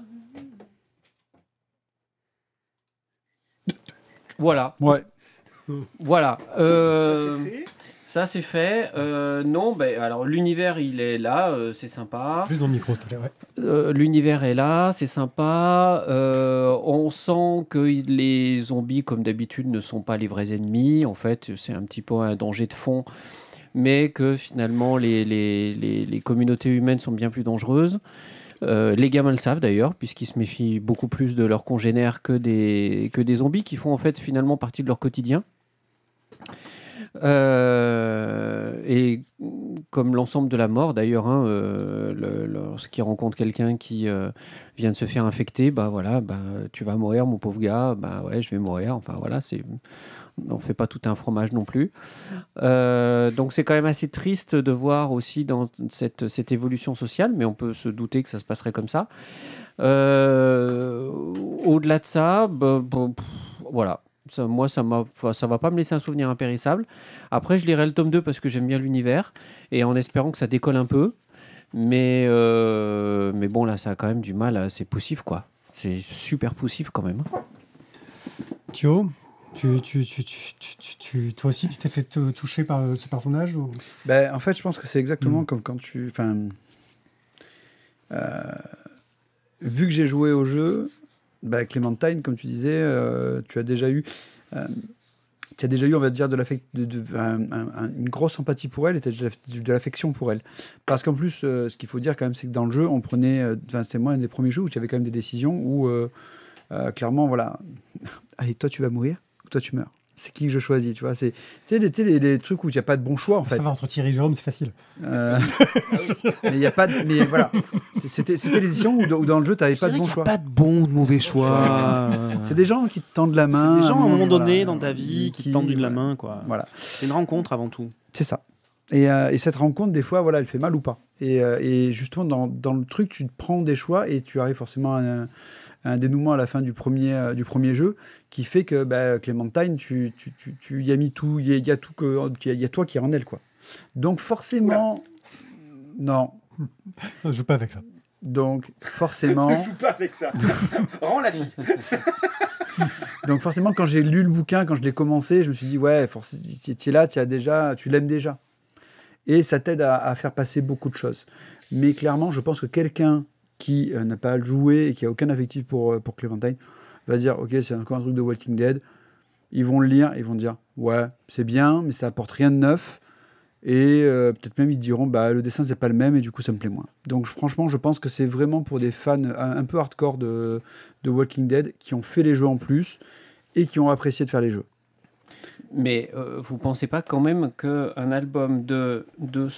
Voilà, Ouais. voilà. Euh, ça c'est fait. Euh, non, ben alors l'univers il est là, euh, c'est sympa. Juste dans le micro, s'il te plaît. Ouais. Euh, l'univers est là, c'est sympa. Euh, on sent que les zombies, comme d'habitude, ne sont pas les vrais ennemis. En fait, c'est un petit peu un danger de fond, mais que finalement, les, les, les, les communautés humaines sont bien plus dangereuses. Euh, les gamins le savent d'ailleurs, puisqu'ils se méfient beaucoup plus de leurs congénères que des, que des zombies, qui font en fait finalement partie de leur quotidien. Euh, et comme l'ensemble de la mort d'ailleurs, hein, euh, le- lorsqu'il rencontre quelqu'un qui euh, vient de se faire infecter, bah voilà, bah, tu vas mourir mon pauvre gars, bah ouais je vais mourir, enfin voilà, c'est, on fait pas tout un fromage non plus. Euh, donc c'est quand même assez triste de voir aussi dans cette, cette évolution sociale, mais on peut se douter que ça se passerait comme ça. Euh, au-delà de ça, bah, bah, pff, voilà. Ça, moi, ça m'a, enfin, ça va pas me laisser un souvenir impérissable. Après, je lirai le tome deux parce que j'aime bien l'univers et en espérant que ça décolle un peu. Mais, euh, mais bon, là, ça a quand même du mal. à- C'est poussif, quoi. C'est super poussif quand même. Thio, tu, tu, tu, tu, tu, tu- tu- toi aussi, tu t'es fait tou- toucher par euh, ce personnage ou... Ben, en fait, je pense que c'est exactement Mm. comme quand tu. Enfin, euh, vu que j'ai joué au jeu, ben, Clémentine, comme tu disais, euh, tu as déjà eu. euh, tu as déjà eu, on va dire, de l'affect- de, de- un- un- un- une grosse empathie pour elle et tu as de l'aff- de l'affection pour elle. Parce qu'en plus, euh, ce qu'il faut dire quand même, c'est que dans le jeu, on prenait. euh, Enfin, c'était moi un des premiers jeux où il y avait quand même des décisions où, euh, euh, clairement, voilà. Allez, toi, tu vas mourir ou toi, tu meurs. C'est qui que je choisis, tu vois. C'est, tu sais, les, tu sais, les, les trucs où il n'y a pas de bon choix, en fait. Ça va, entre Thierry et Jérôme, c'est facile. Euh, mais il y a pas de, mais voilà, C'est- c'était c'était l'édition où, où dans le jeu tu n'avais pas de bon choix. Pas de bon ou de mauvais choix. C'est des gens qui te tendent la main. C'est des gens à un moment voilà, donné dans ta vie qui te tendent une la main, quoi. Voilà, C'est une rencontre avant tout. c'est ça. Et, euh, et cette rencontre, des fois, voilà, elle fait mal ou pas. Et, euh, et justement, dans, dans le truc, tu te prends des choix et tu arrives forcément à un, à un dénouement à la fin du premier, euh, du premier jeu qui fait que bah, Clémentine, tu, tu, tu, tu y as mis tout, il y, a- il y a tout que, il y a- il y a toi qui est en elle, quoi. Donc forcément, non. Non, je joue pas avec ça. Donc forcément. pas avec ça. Rends la vie. Donc forcément, quand j'ai lu le bouquin, quand je l'ai commencé, je me suis dit, ouais, forc- si tu es là, tu as déjà, tu l'aimes déjà. Et ça t'aide à, à faire passer beaucoup de choses. Mais clairement, je pense que quelqu'un qui euh, n'a pas joué et qui a aucun affectif pour, euh, pour Clémentine, va se dire, ok, c'est encore un truc de Walking Dead. Ils vont le lire, ils vont dire, ouais, c'est bien, mais ça apporte rien de neuf. Et euh, peut-être même ils diront, bah le dessin c'est pas le même et du coup ça me plaît moins. Donc franchement, je pense que c'est vraiment pour des fans un, un peu hardcore de, de Walking Dead qui ont fait les jeux en plus et qui ont apprécié de faire les jeux. Mais euh, vous pensez pas quand même qu'un album de deux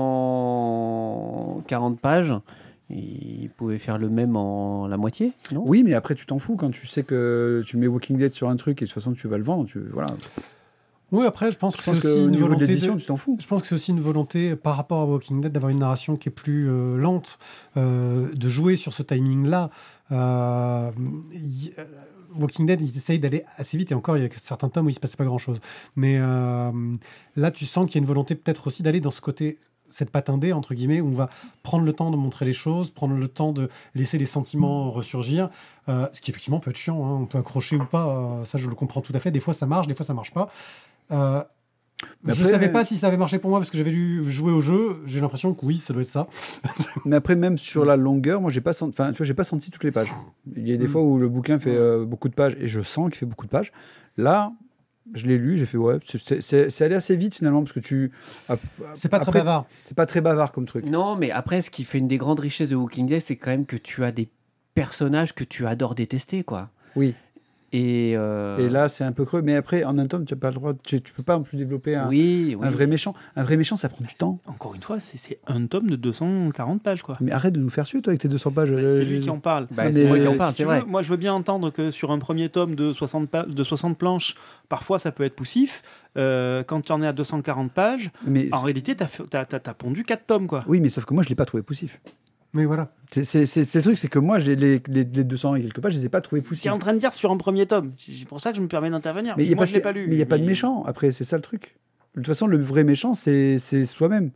cent quarante pages, il pouvait faire le même en la moitié, non ? Oui, mais après tu t'en fous quand tu sais que tu mets Walking Dead sur un truc et de toute façon tu vas le vendre. Tu, voilà. Oui, après, je pense Je que pense c'est aussi qu'au une niveau de volonté. l'édition, de- tu t'en fous. Je pense que c'est aussi une volonté par rapport à Walking Dead d'avoir une narration qui est plus euh, lente, euh, de jouer sur ce timing-là. Euh, y- euh, Walking Dead, ils essayent d'aller assez vite, et encore, il y a certains tomes où il ne se passait pas grand-chose. Mais euh, là, tu sens qu'il y a une volonté peut-être aussi d'aller dans ce côté, cette patte indé, entre guillemets, où on va prendre le temps de montrer les choses, prendre le temps de laisser les sentiments ressurgir, euh, ce qui effectivement peut être chiant, hein, on peut accrocher ou pas, euh, ça je le comprends tout à fait, des fois ça marche, des fois ça marche pas. Euh, Mais je après- savais pas si ça avait marché pour moi parce que j'avais lu jouer au jeu. J'ai l'impression que oui, ça doit être ça. Mais après, même sur la longueur, moi, j'ai pas senti, enfin, tu vois, j'ai pas senti toutes les pages. Il y a des Mm. fois où le bouquin fait euh, beaucoup de pages et je sens qu'il fait beaucoup de pages. Là, je l'ai lu, j'ai fait ouais, c'est- c'est c'est- c'est allé assez vite finalement parce que tu. ap- C'est pas très après, bavard. C'est pas très bavard comme truc. Non, mais après, ce qui fait une des grandes richesses de Walking Dead, c'est quand même que tu as des personnages que tu adores détester, quoi. Oui. Et, euh, Et là, c'est un peu creux. Mais après, en un tome, tu as pas le droit. Tu, tu peux pas en plus développer un, oui, oui. un vrai méchant. Un vrai méchant, ça prend du temps. Encore une fois, c'est, c'est un tome de deux cent quarante pages, quoi. Mais arrête de nous faire suer, toi, avec tes deux cents pages. Bah, Euh, c'est lui qui en parle. Bah, Non, c'est mais, moi qui en euh, parle, Si c'est tu vrai. veux, moi, je veux bien entendre que sur un premier tome de soixante, pa- de soixante planches, parfois ça peut être poussif. Euh, quand tu en es à deux cent quarante pages, Mais en réalité, tu as pondu quatre tomes, quoi. oui, mais sauf que moi, je l'ai pas trouvé poussif. Mais voilà. C'est c'est- c'est- c'est le truc, c'est que moi, j'ai les, les, les deux cents et quelques pages, je les ai pas trouvés Tu poussifs. es en train de dire sur un premier tome. C'est pour ça que je me permets d'intervenir. Mais il y a moi, pas, je l'ai pas lu. mais il y a pas de méchant. Après, c'est ça le truc. De toute façon, le vrai méchant, c'est c'est soi-même.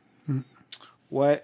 Ouais.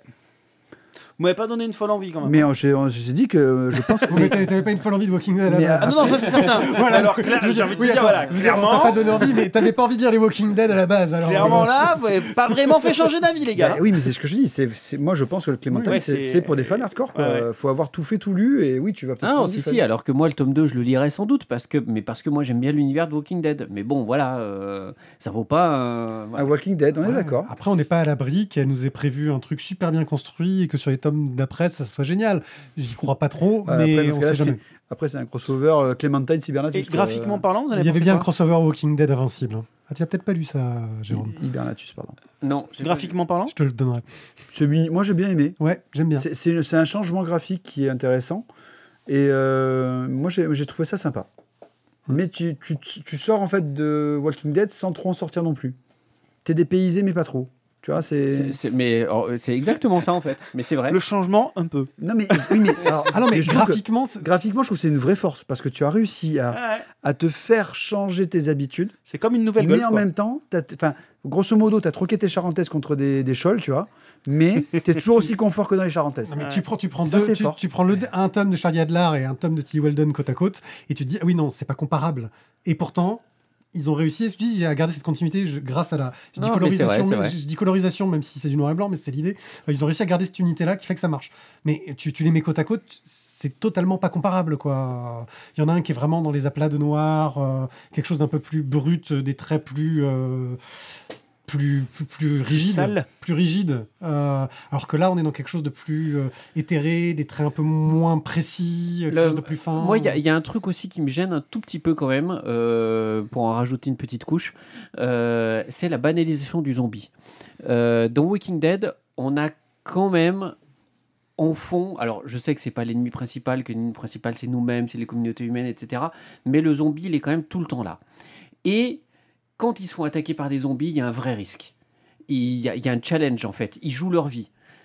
Vous m'avez pas donné une folle envie, quand même. Mais euh, j'ai j'ai dit que euh, je pense que. Mais t'avais t'avais pas une folle envie de Walking Dead à la Mais, base. Ah non, non, ça c'est certain. Voilà. Alors, clair- Je veux j'ai dire, envie de oui, te dire, attends, voilà, je veux dire, on clairement, t'a pas donné envie, mais t'avais pas envie de lire les Walking Dead à la base. Alors, clairement euh, là, c'est- vous m'avez pas vraiment fait changer d'avis, les gars. Bah oui, mais c'est ce que je dis. C'est c'est- moi, je pense que le Clémentine, Ouais, c'est c'est- c'est pour des fans hardcore. Quoi. Ouais, ouais. Faut avoir tout fait, tout lu, et oui, tu vas peut-être. Ah non, prendre du si, fun. si, alors que moi, le tome deux, je le lirais sans doute, parce que, mais parce que moi, j'aime bien l'univers de Walking Dead. Mais bon, voilà, euh, ça vaut pas... euh, voilà. Un Walking Dead, on est Ouais. d'accord. Après, on n'est pas à l'abri qu'elle nous ait prévu un truc super bien construit et que sur les tomes d'après, ça soit génial. J'y crois pas trop, Ouais, mais après, dans ce on cas-là, sait jamais. c'est- Après, c'est un crossover euh, Clémentine Cybernatus. Et quoi. graphiquement parlant, vous allez Il y avait penser bien un quoi crossover Walking Dead Invincible. hein. Ah, tu l'as peut-être pas lu ça, Jérôme. Hy- Hibernatus, pardon. Non, j'ai pas Graphiquement parlant Je te le donnerai. C'est mini- Moi, j'ai bien aimé. Ouais, j'aime bien. C'est- C'est c'est un changement graphique qui est intéressant. Et euh, moi, j'ai j'ai trouvé ça sympa. Mais tu, tu, tu sors en fait de Walking Dead sans trop en sortir non plus. T'es dépaysé, mais pas trop. Tu vois, C'est- c'est. c'est- mais euh, c'est exactement ça en fait. Mais c'est vrai. Le changement, un peu. Non, mais. Oui, mais. alors, Ah non, mais je trouve que- graphiquement, c'est- graphiquement, je trouve que c'est une vraie force parce que tu as réussi à, Ouais. à te faire changer tes habitudes, C'est comme une nouvelle mais Golf, en quoi. même temps, t'as- enfin, grosso modo, tu as troqué tes charentaises contre des, des chols, tu vois, mais tu es toujours aussi confort que dans les charentaises. Non, mais Ouais. tu prends, tu prends, Ça, deux, c'est tu, fort. tu prends le, un tome de Charlie Adler et un tome de Tilly Weldon côte à côte, et tu te dis, ah oui, non, c'est pas comparable. Et pourtant, ils ont réussi, je dis, à garder cette continuité je- grâce à la. Je dis, Non, mais c'est vrai, colorisation, c'est mais- vrai. je dis colorisation, même si c'est du noir et blanc, mais c'est l'idée. Euh, Ils ont réussi à garder cette unité-là qui fait que ça marche. Mais tu, tu les mets côte à côte, c'est totalement pas comparable, quoi. Il y en a un qui est vraiment dans les aplats de noir, euh, quelque chose d'un peu plus brut, des traits plus. euh, plus, plus, plus rigide, Sale. plus rigide. Euh, alors que là, on est dans quelque chose de plus euh, éthéré, des traits un peu moins précis, quelque Le- chose de plus fin. Moi, il y, a- il y a un truc aussi qui me gêne un tout petit peu quand même, euh, pour en rajouter une petite couche, euh, c'est la banalisation du zombie. Euh, dans Walking Dead, on a quand même en fond, alors je sais que c'est pas l'ennemi principal, que l'ennemi principal c'est nous-mêmes, c'est les communautés humaines, et cetera. Mais le zombie, il est quand même tout le temps là. Et quand ils sont attaqués par des zombies, il y a un vrai risque. Il y a, il y a un challenge en fait. Ils jouent leur vie.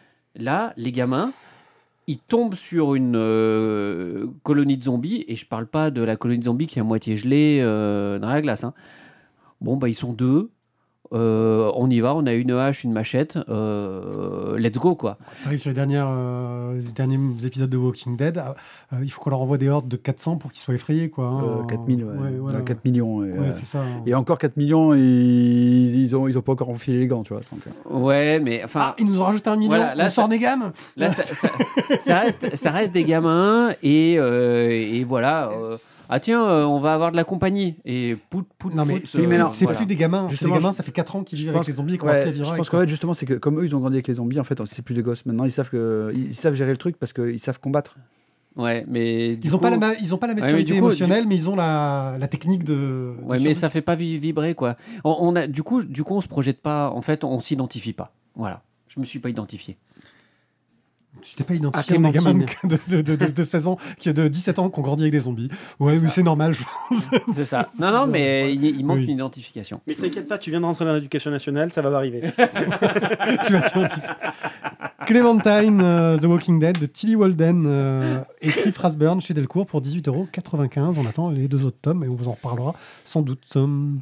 Là, les gamins, ils tombent sur une euh, colonie de zombies, et je parle pas de la colonie de zombies qui est à moitié gelée euh, dans la glace. hein. Bon, bah ils sont deux. Euh, on y va, on a une hache, une machette, euh, let's go quoi. T'arrives sur les, dernières, euh, les derniers épisodes de Walking Dead, euh, il faut qu'on leur envoie des hordes de quatre cents pour qu'ils soient effrayés. Quoi, hein. Euh, quatre mille, ouais. Ouais, voilà. Euh, quatre millions. Et, Ouais, euh, c'est ça. et encore quatre millions, ils, ils, ont, ils ont pas encore enfilé les gants, tu vois. Donc, euh. Ouais, mais enfin. Ah, ils nous ont rajouté un million, Voilà, là, on sort ça- des gammes. Là, ça, ça- ça reste, ça reste des gamins et, euh, et voilà. euh, ah tiens, euh, on va avoir de la compagnie et pout pout. Non, mais pout, c'est euh, mais non, c'est voilà. plus des gamins. C'est des Justement, gamins, je- ça fait quatre ans qu'ils je vivent pense avec les zombies et qu'on Ouais, va plus à je vivre pense avec. qu'en fait, justement, c'est que comme eux, ils ont grandi avec les zombies, en fait, c'est plus des gosses. Maintenant, ils savent, que, ils, ils savent gérer le truc parce qu'ils savent combattre. Ouais, mais du Ils n'ont coup- pas, la ma- ils ont pas la mais maturité du coup, émotionnelle, mais ils ont la, la technique de. de Ouais, mais survie. ça fait pas vi- vibrer quoi. On, on a, du coup, du coup, on se projette pas. En fait, on s'identifie pas. Voilà. Je me suis pas identifié. Tu t'es pas Ah, identifié à des gamins Clémentine. de, de, de, de, de seize ans, qui a de dix-sept ans, qui ont grandi avec des zombies. Ouais, mais c'est normal, je pense. C'est ça. Non, non, mais il, il manque Oui. une identification. Mais t'inquiète pas, tu viens de rentrer dans l'éducation nationale, ça va arriver. Tu vas t'identifier. Clementine, euh, The Walking Dead, de Tilly Walden euh, et Cliff Rasburn chez Delcourt pour dix-huit euros quatre-vingt-quinze. On attend les deux autres tomes et on vous en reparlera sans doute. Hum.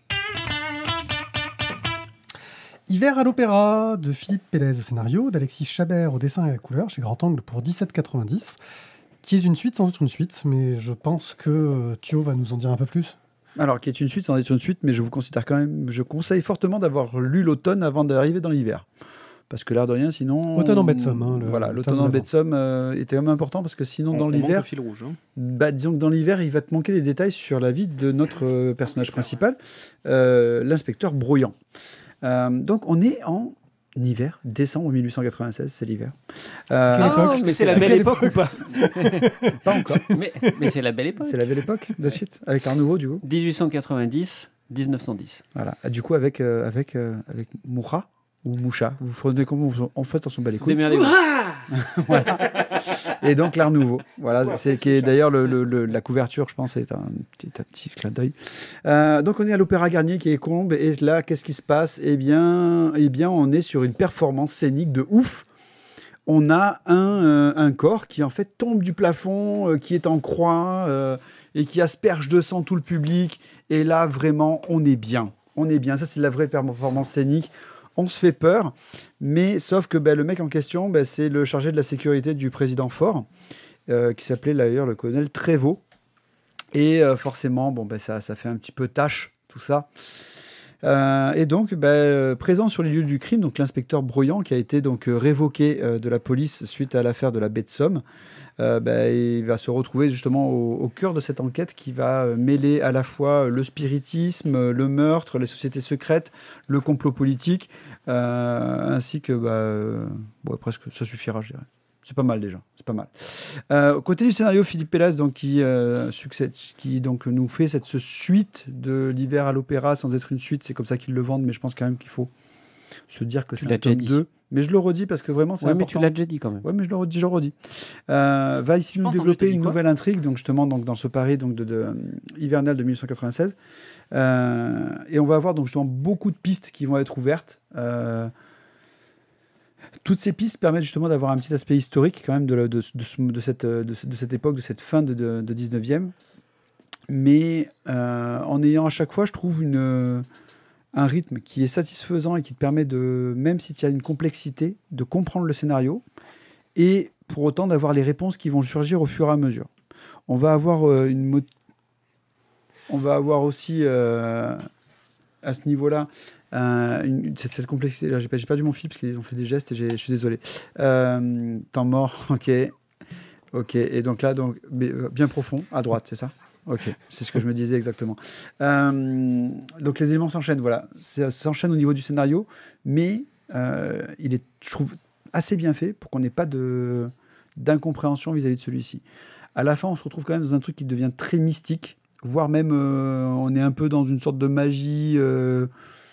Hiver à l'opéra de Philippe Pélez au scénario, d'Alexis Chabert au dessin et à la couleur chez Grand Angle pour dix-sept quatre-vingt-dix, qui est une suite sans être une suite, mais je pense que euh, Thio va nous en dire un peu plus. Alors, qui est une suite sans être une suite, mais je vous considère quand même, je conseille fortement d'avoir lu l'automne avant d'arriver dans l'hiver. Parce que l'air de rien, sinon. Automne en bête somme, hein, le- voilà, le l'automne tome en d'avant. bête somme euh, était quand même important parce que sinon, dans On- on manque l'hiver, de fil rouge. Hein. bah, disons que dans l'hiver, il va te manquer des détails sur la vie de notre euh, personnage principal, euh, l'inspecteur Brouillant. Euh, donc, on est en hiver, décembre mille huit cent quatre-vingt-seize, c'est l'hiver. Euh, quelle époque Ah, mais c'est C'est la belle quelle époque ou pas pas encore. mais, mais c'est la belle époque. C'est la belle époque, de suite, avec Art Nouveau, du coup. dix-huit cent quatre-vingt-dix, dix-neuf cent dix. Voilà. Ah, du coup, avec, euh, avec, euh, avec Moura ou Moucha, vous prenez comment vous en fait, on s'en bat les couilles. Démerdez-vous. Et donc l'Art Nouveau, voilà, c'est qui est d'ailleurs le, le- le- la couverture, je pense, c'est un petit, un petit clin d'œil. Euh, donc on est à l'Opéra Garnier qui est Combe, et là, qu'est-ce qui se passe ? Eh bien, eh bien, on est sur une performance scénique de ouf. On a un, euh, un corps qui en fait tombe du plafond, euh, qui est en croix euh, et qui asperge de sang tout le public. Et là, vraiment, on est bien. On est bien. Ça, c'est de la vraie performance scénique. On se fait peur, mais sauf que ben, le mec en question, ben, c'est le chargé de la sécurité du président Fort, euh, qui s'appelait d'ailleurs le colonel Trévaux. Et euh, forcément, bon, ben, ça, ça fait un petit peu tâche, tout ça. Euh, et donc, ben, euh, présent sur les lieux du crime, donc l'inspecteur Brouillant, qui a été donc, euh, révoqué euh, de la police suite à l'affaire de la baie de Somme, euh, ben, il va se retrouver justement au, au cœur de cette enquête qui va euh, mêler à la fois le spiritisme, euh, le meurtre, les sociétés secrètes, le complot politique, euh, ainsi que, bah, euh, bon, presque, ça suffira, je dirais. C'est pas mal déjà, c'est pas mal. Euh, côté du scénario, Philippe Pélez, donc, qui, euh, succède, qui donc, nous fait cette ce suite de l'hiver à l'opéra sans être une suite, c'est comme ça qu'ils le vendent, mais je pense quand même qu'il faut se dire que Tu c'est l'as un tome déjà dit. deux. Mais je le redis parce que vraiment c'est Ouais, mais important. tu l'as déjà dit quand même. Ouais, mais je le redis, je le redis. Euh, va ici J'ai nous pas entendu, développer t'as dit une quoi nouvelle intrigue, donc justement donc, dans ce Paris donc, de, de, euh, hivernal de mille huit cent quatre-vingt-seize. Euh, et on va avoir donc, justement beaucoup de pistes qui vont être ouvertes. Euh, toutes ces pistes permettent justement d'avoir un petit aspect historique quand même de, de, de, de, de cette, de, de cette époque, de cette fin de, de, de dix-neuvième. Mais euh, en ayant à chaque fois, je trouve, une, un rythme qui est satisfaisant et qui te permet, de, même si tu as une complexité, de comprendre le scénario et pour autant d'avoir les réponses qui vont surgir au fur et à mesure. On va avoir, euh, une mo- on va avoir aussi euh, à ce niveau-là euh, une, cette, cette complexité. Là, j'ai, pas- j'ai perdu mon fil parce qu'ils ont fait des gestes et j'ai- je suis désolé. Euh, temps mort, ok. Ok, et donc là, donc, bien profond, à droite, c'est ça ? Ok, c'est ce que je me disais exactement. Euh, donc les éléments s'enchaînent, voilà. Ça s'enchaîne au niveau du scénario, mais euh, il est, je trouve, assez bien fait pour qu'on n'ait pas de, d'incompréhension vis-à-vis de celui-ci. À la fin, on se retrouve quand même dans un truc qui devient très mystique, voire même euh, on est un peu dans une sorte de magie euh,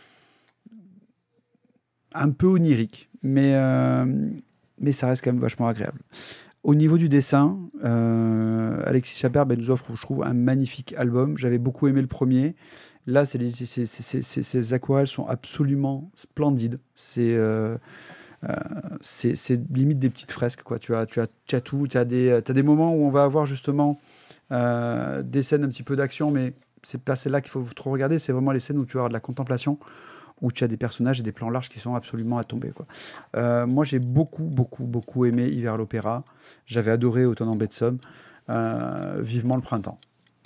un peu onirique, mais, euh, mais ça reste quand même vachement agréable. Au niveau du dessin, euh, Alexis Chabert ben, nous offre, je trouve, un magnifique album. J'avais beaucoup aimé le premier. Là, c'est les, c'est, c'est, c'est, c'est, ces aquarelles sont absolument splendides. C'est, euh, euh, c'est, c'est limite des petites fresques, quoi. Tu as, tu as, tu as tout. Tu as des, tu as des moments où on va avoir justement euh, des scènes un petit peu d'action, mais c'est pas celle-là qu'il faut trop regarder. C'est vraiment les scènes où tu vas avoir de la contemplation, où tu as des personnages et des plans larges qui sont absolument à tomber, quoi. Euh, moi, j'ai beaucoup, beaucoup, beaucoup aimé Hiver à l'Opéra. J'avais adoré Automne en baie de Somme. Euh, vivement le printemps.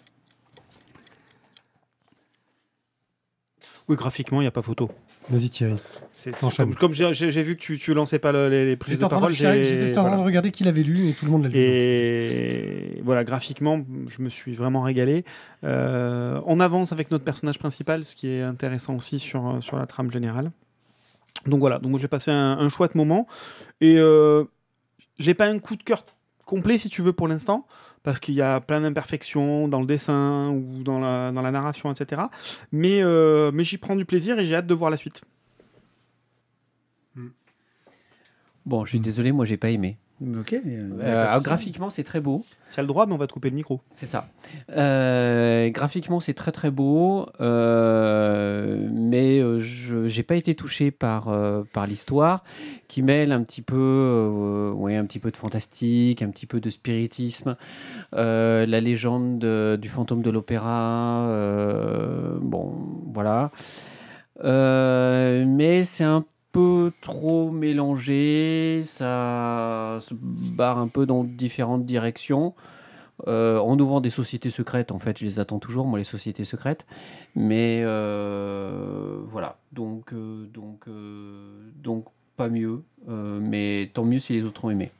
Oui, graphiquement, il n'y a pas photo. Vas-y Thierry. C'est, Enchaîne. comme comme j'ai, j'ai, j'ai vu que tu ne lançais pas le- les, les prises J'étais de en train, de, parole, Thierry, j'ai- j'étais en train voilà. de regarder qui l'avait lu et tout le monde l'a lu. donc c'était- Et voilà, graphiquement, je me suis vraiment régalé. Euh, on avance avec notre personnage principal, ce qui est intéressant aussi sur, sur la trame générale. Donc voilà, donc j'ai passé un, un chouette moment. Et euh, j'ai pas un coup de cœur complet, si tu veux, pour l'instant, parce qu'il y a plein d'imperfections dans le dessin ou dans la, dans la narration, et cetera. Mais, euh, mais j'y prends du plaisir et j'ai hâte de voir la suite. Bon, je suis désolé, moi j'ai pas aimé. Ok. euh, Euh, alors, graphiquement, c'est très beau. Tu as le droit, mais on va te couper le micro. C'est ça. Euh, graphiquement, c'est très très beau, euh, mais euh, je j'ai pas été touché par euh, par l'histoire qui mêle un petit peu, euh, ouais, un petit peu de fantastique, un petit peu de spiritisme, euh, la légende de- du fantôme de l'opéra. euh, bon, voilà. Euh, mais c'est un peu trop mélangé, ça se barre un peu dans différentes directions. Euh, en ouvrant des sociétés secrètes, en fait, je les attends toujours, moi, les sociétés secrètes. Mais euh, voilà, donc, euh, donc, euh, donc pas mieux, euh, mais tant mieux si les autres ont aimé.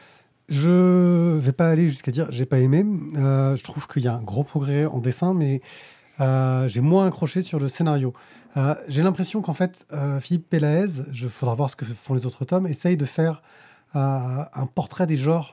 Je vais pas aller jusqu'à dire j'ai pas aimé. Euh, je trouve qu'il y a un gros progrès en dessin, mais euh, j'ai moins accroché sur le scénario. Euh, j'ai l'impression qu'en fait, euh, Philippe Pélaez, il faudra voir ce que font les autres tomes, essaye de faire euh, un portrait des genres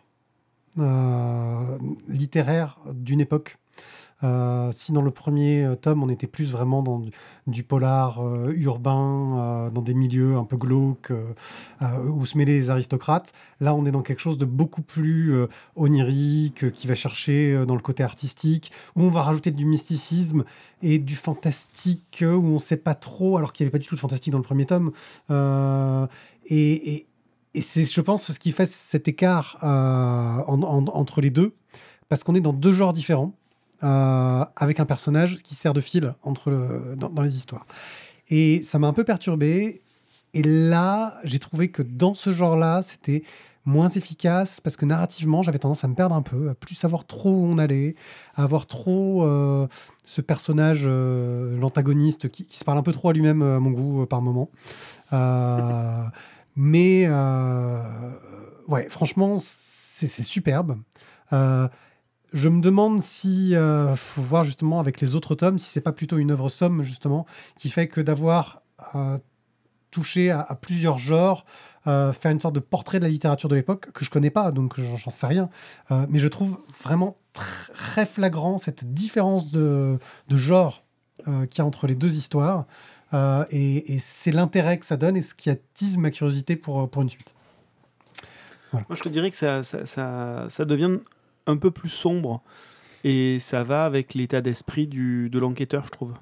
euh, littéraires d'une époque. Euh, si dans le premier euh, tome, on était plus vraiment dans du, du polar euh, urbain, euh, dans des milieux un peu glauques, euh, euh, où se mêlaient les aristocrates, là, on est dans quelque chose de beaucoup plus euh, onirique, euh, qui va chercher euh, dans le côté artistique, où on va rajouter du mysticisme et du fantastique, euh, où on ne sait pas trop, alors qu'il n'y avait pas du tout de fantastique dans le premier tome. Euh, et, et, et c'est, je pense, ce qui fait cet écart euh, en, en, entre les deux, parce qu'on est dans deux genres différents. Euh, avec un personnage qui sert de fil entre le, dans, dans les histoires. Et ça m'a un peu perturbé. Et là, j'ai trouvé que dans ce genre-là, c'était moins efficace parce que narrativement, j'avais tendance à me perdre un peu, à plus savoir trop où on allait, à avoir trop euh, ce personnage, euh, l'antagoniste, qui, qui se parle un peu trop à lui-même, à mon goût, euh, par moment. Euh, mais, euh, ouais, franchement, c'est, c'est superbe. Euh, Je me demande si euh, faut voir justement avec les autres tomes si c'est pas plutôt une œuvre somme justement qui fait que d'avoir euh, touché à, à plusieurs genres, euh, faire une sorte de portrait de la littérature de l'époque que je connais pas donc j'en, j'en sais rien, euh, mais je trouve vraiment tr- très flagrant cette différence de, de genre euh, qu'il y a entre les deux histoires euh, et, et c'est l'intérêt que ça donne et ce qui attise ma curiosité pour, pour une suite. Moi, je te dirais que ça, ça, ça, ça devient un peu plus sombre et ça va avec l'état d'esprit du, de l'enquêteur, je trouve.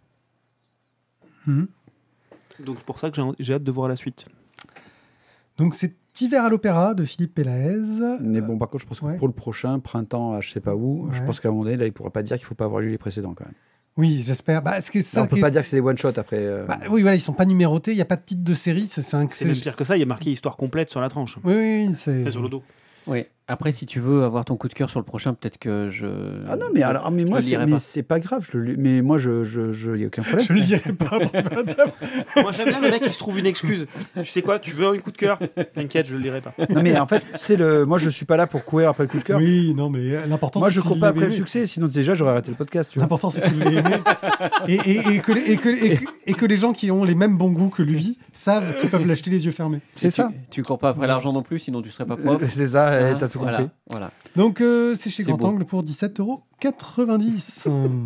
Mmh. Donc c'est pour ça que j'ai, j'ai hâte de voir la suite. Donc c'est Hiver à l'Opéra de Philippe Pélaez. Mais bon, par contre, je pense que Ouais. pour le prochain, printemps à je sais pas où, je Ouais. pense qu'à un moment donné, là, il pourra pas dire qu'il faut pas avoir lu les précédents quand même. Oui, j'espère. Bah, ce qui est ça Là, on peut qui est- pas dire que c'est des one-shots après. euh, Bah, oui, voilà, ils sont pas numérotés, il n'y a pas de titre de série. C'est, c'est, un... C'est même pire que ça, il y a marqué histoire complète sur la tranche. Oui, oui, oui, c'est. Enfin, sur le dos. Oui. Après, si tu veux avoir ton coup de cœur sur le prochain, peut-être que je. Ah non, mais alors, mais je moi, le c'est, lirai mais pas. c'est pas grave. Je le, lis- mais moi, je, je, je, y a aucun problème. Je le dirai pas. Moi, j'aime bien le mec qui se trouve une excuse. Tu sais quoi, tu veux un coup de cœur? T'inquiète, je le lirai pas. Non, mais en fait, c'est le. Moi, je suis pas là pour courir après le coup de cœur. Oui, non, mais l'important Moi, c'est je qu'il cours pas l'ait après le aimé. succès, sinon déjà, j'aurais arrêté le podcast. Tu vois. L'important c'est qu'il l'ait aimé. Et, et, et, que les, et, que, et, que, et que les gens qui ont les mêmes bons goûts que lui savent qu'ils peuvent l'acheter les yeux fermés. C'est Et ça. Tu, tu cours pas après l'argent non plus, sinon tu serais pas prof. C'est ça, Hein, t'as tout voilà, compris. Voilà. Donc euh, c'est chez C'est Grand beau. Angle pour dix-sept euros quatre-vingt-dix.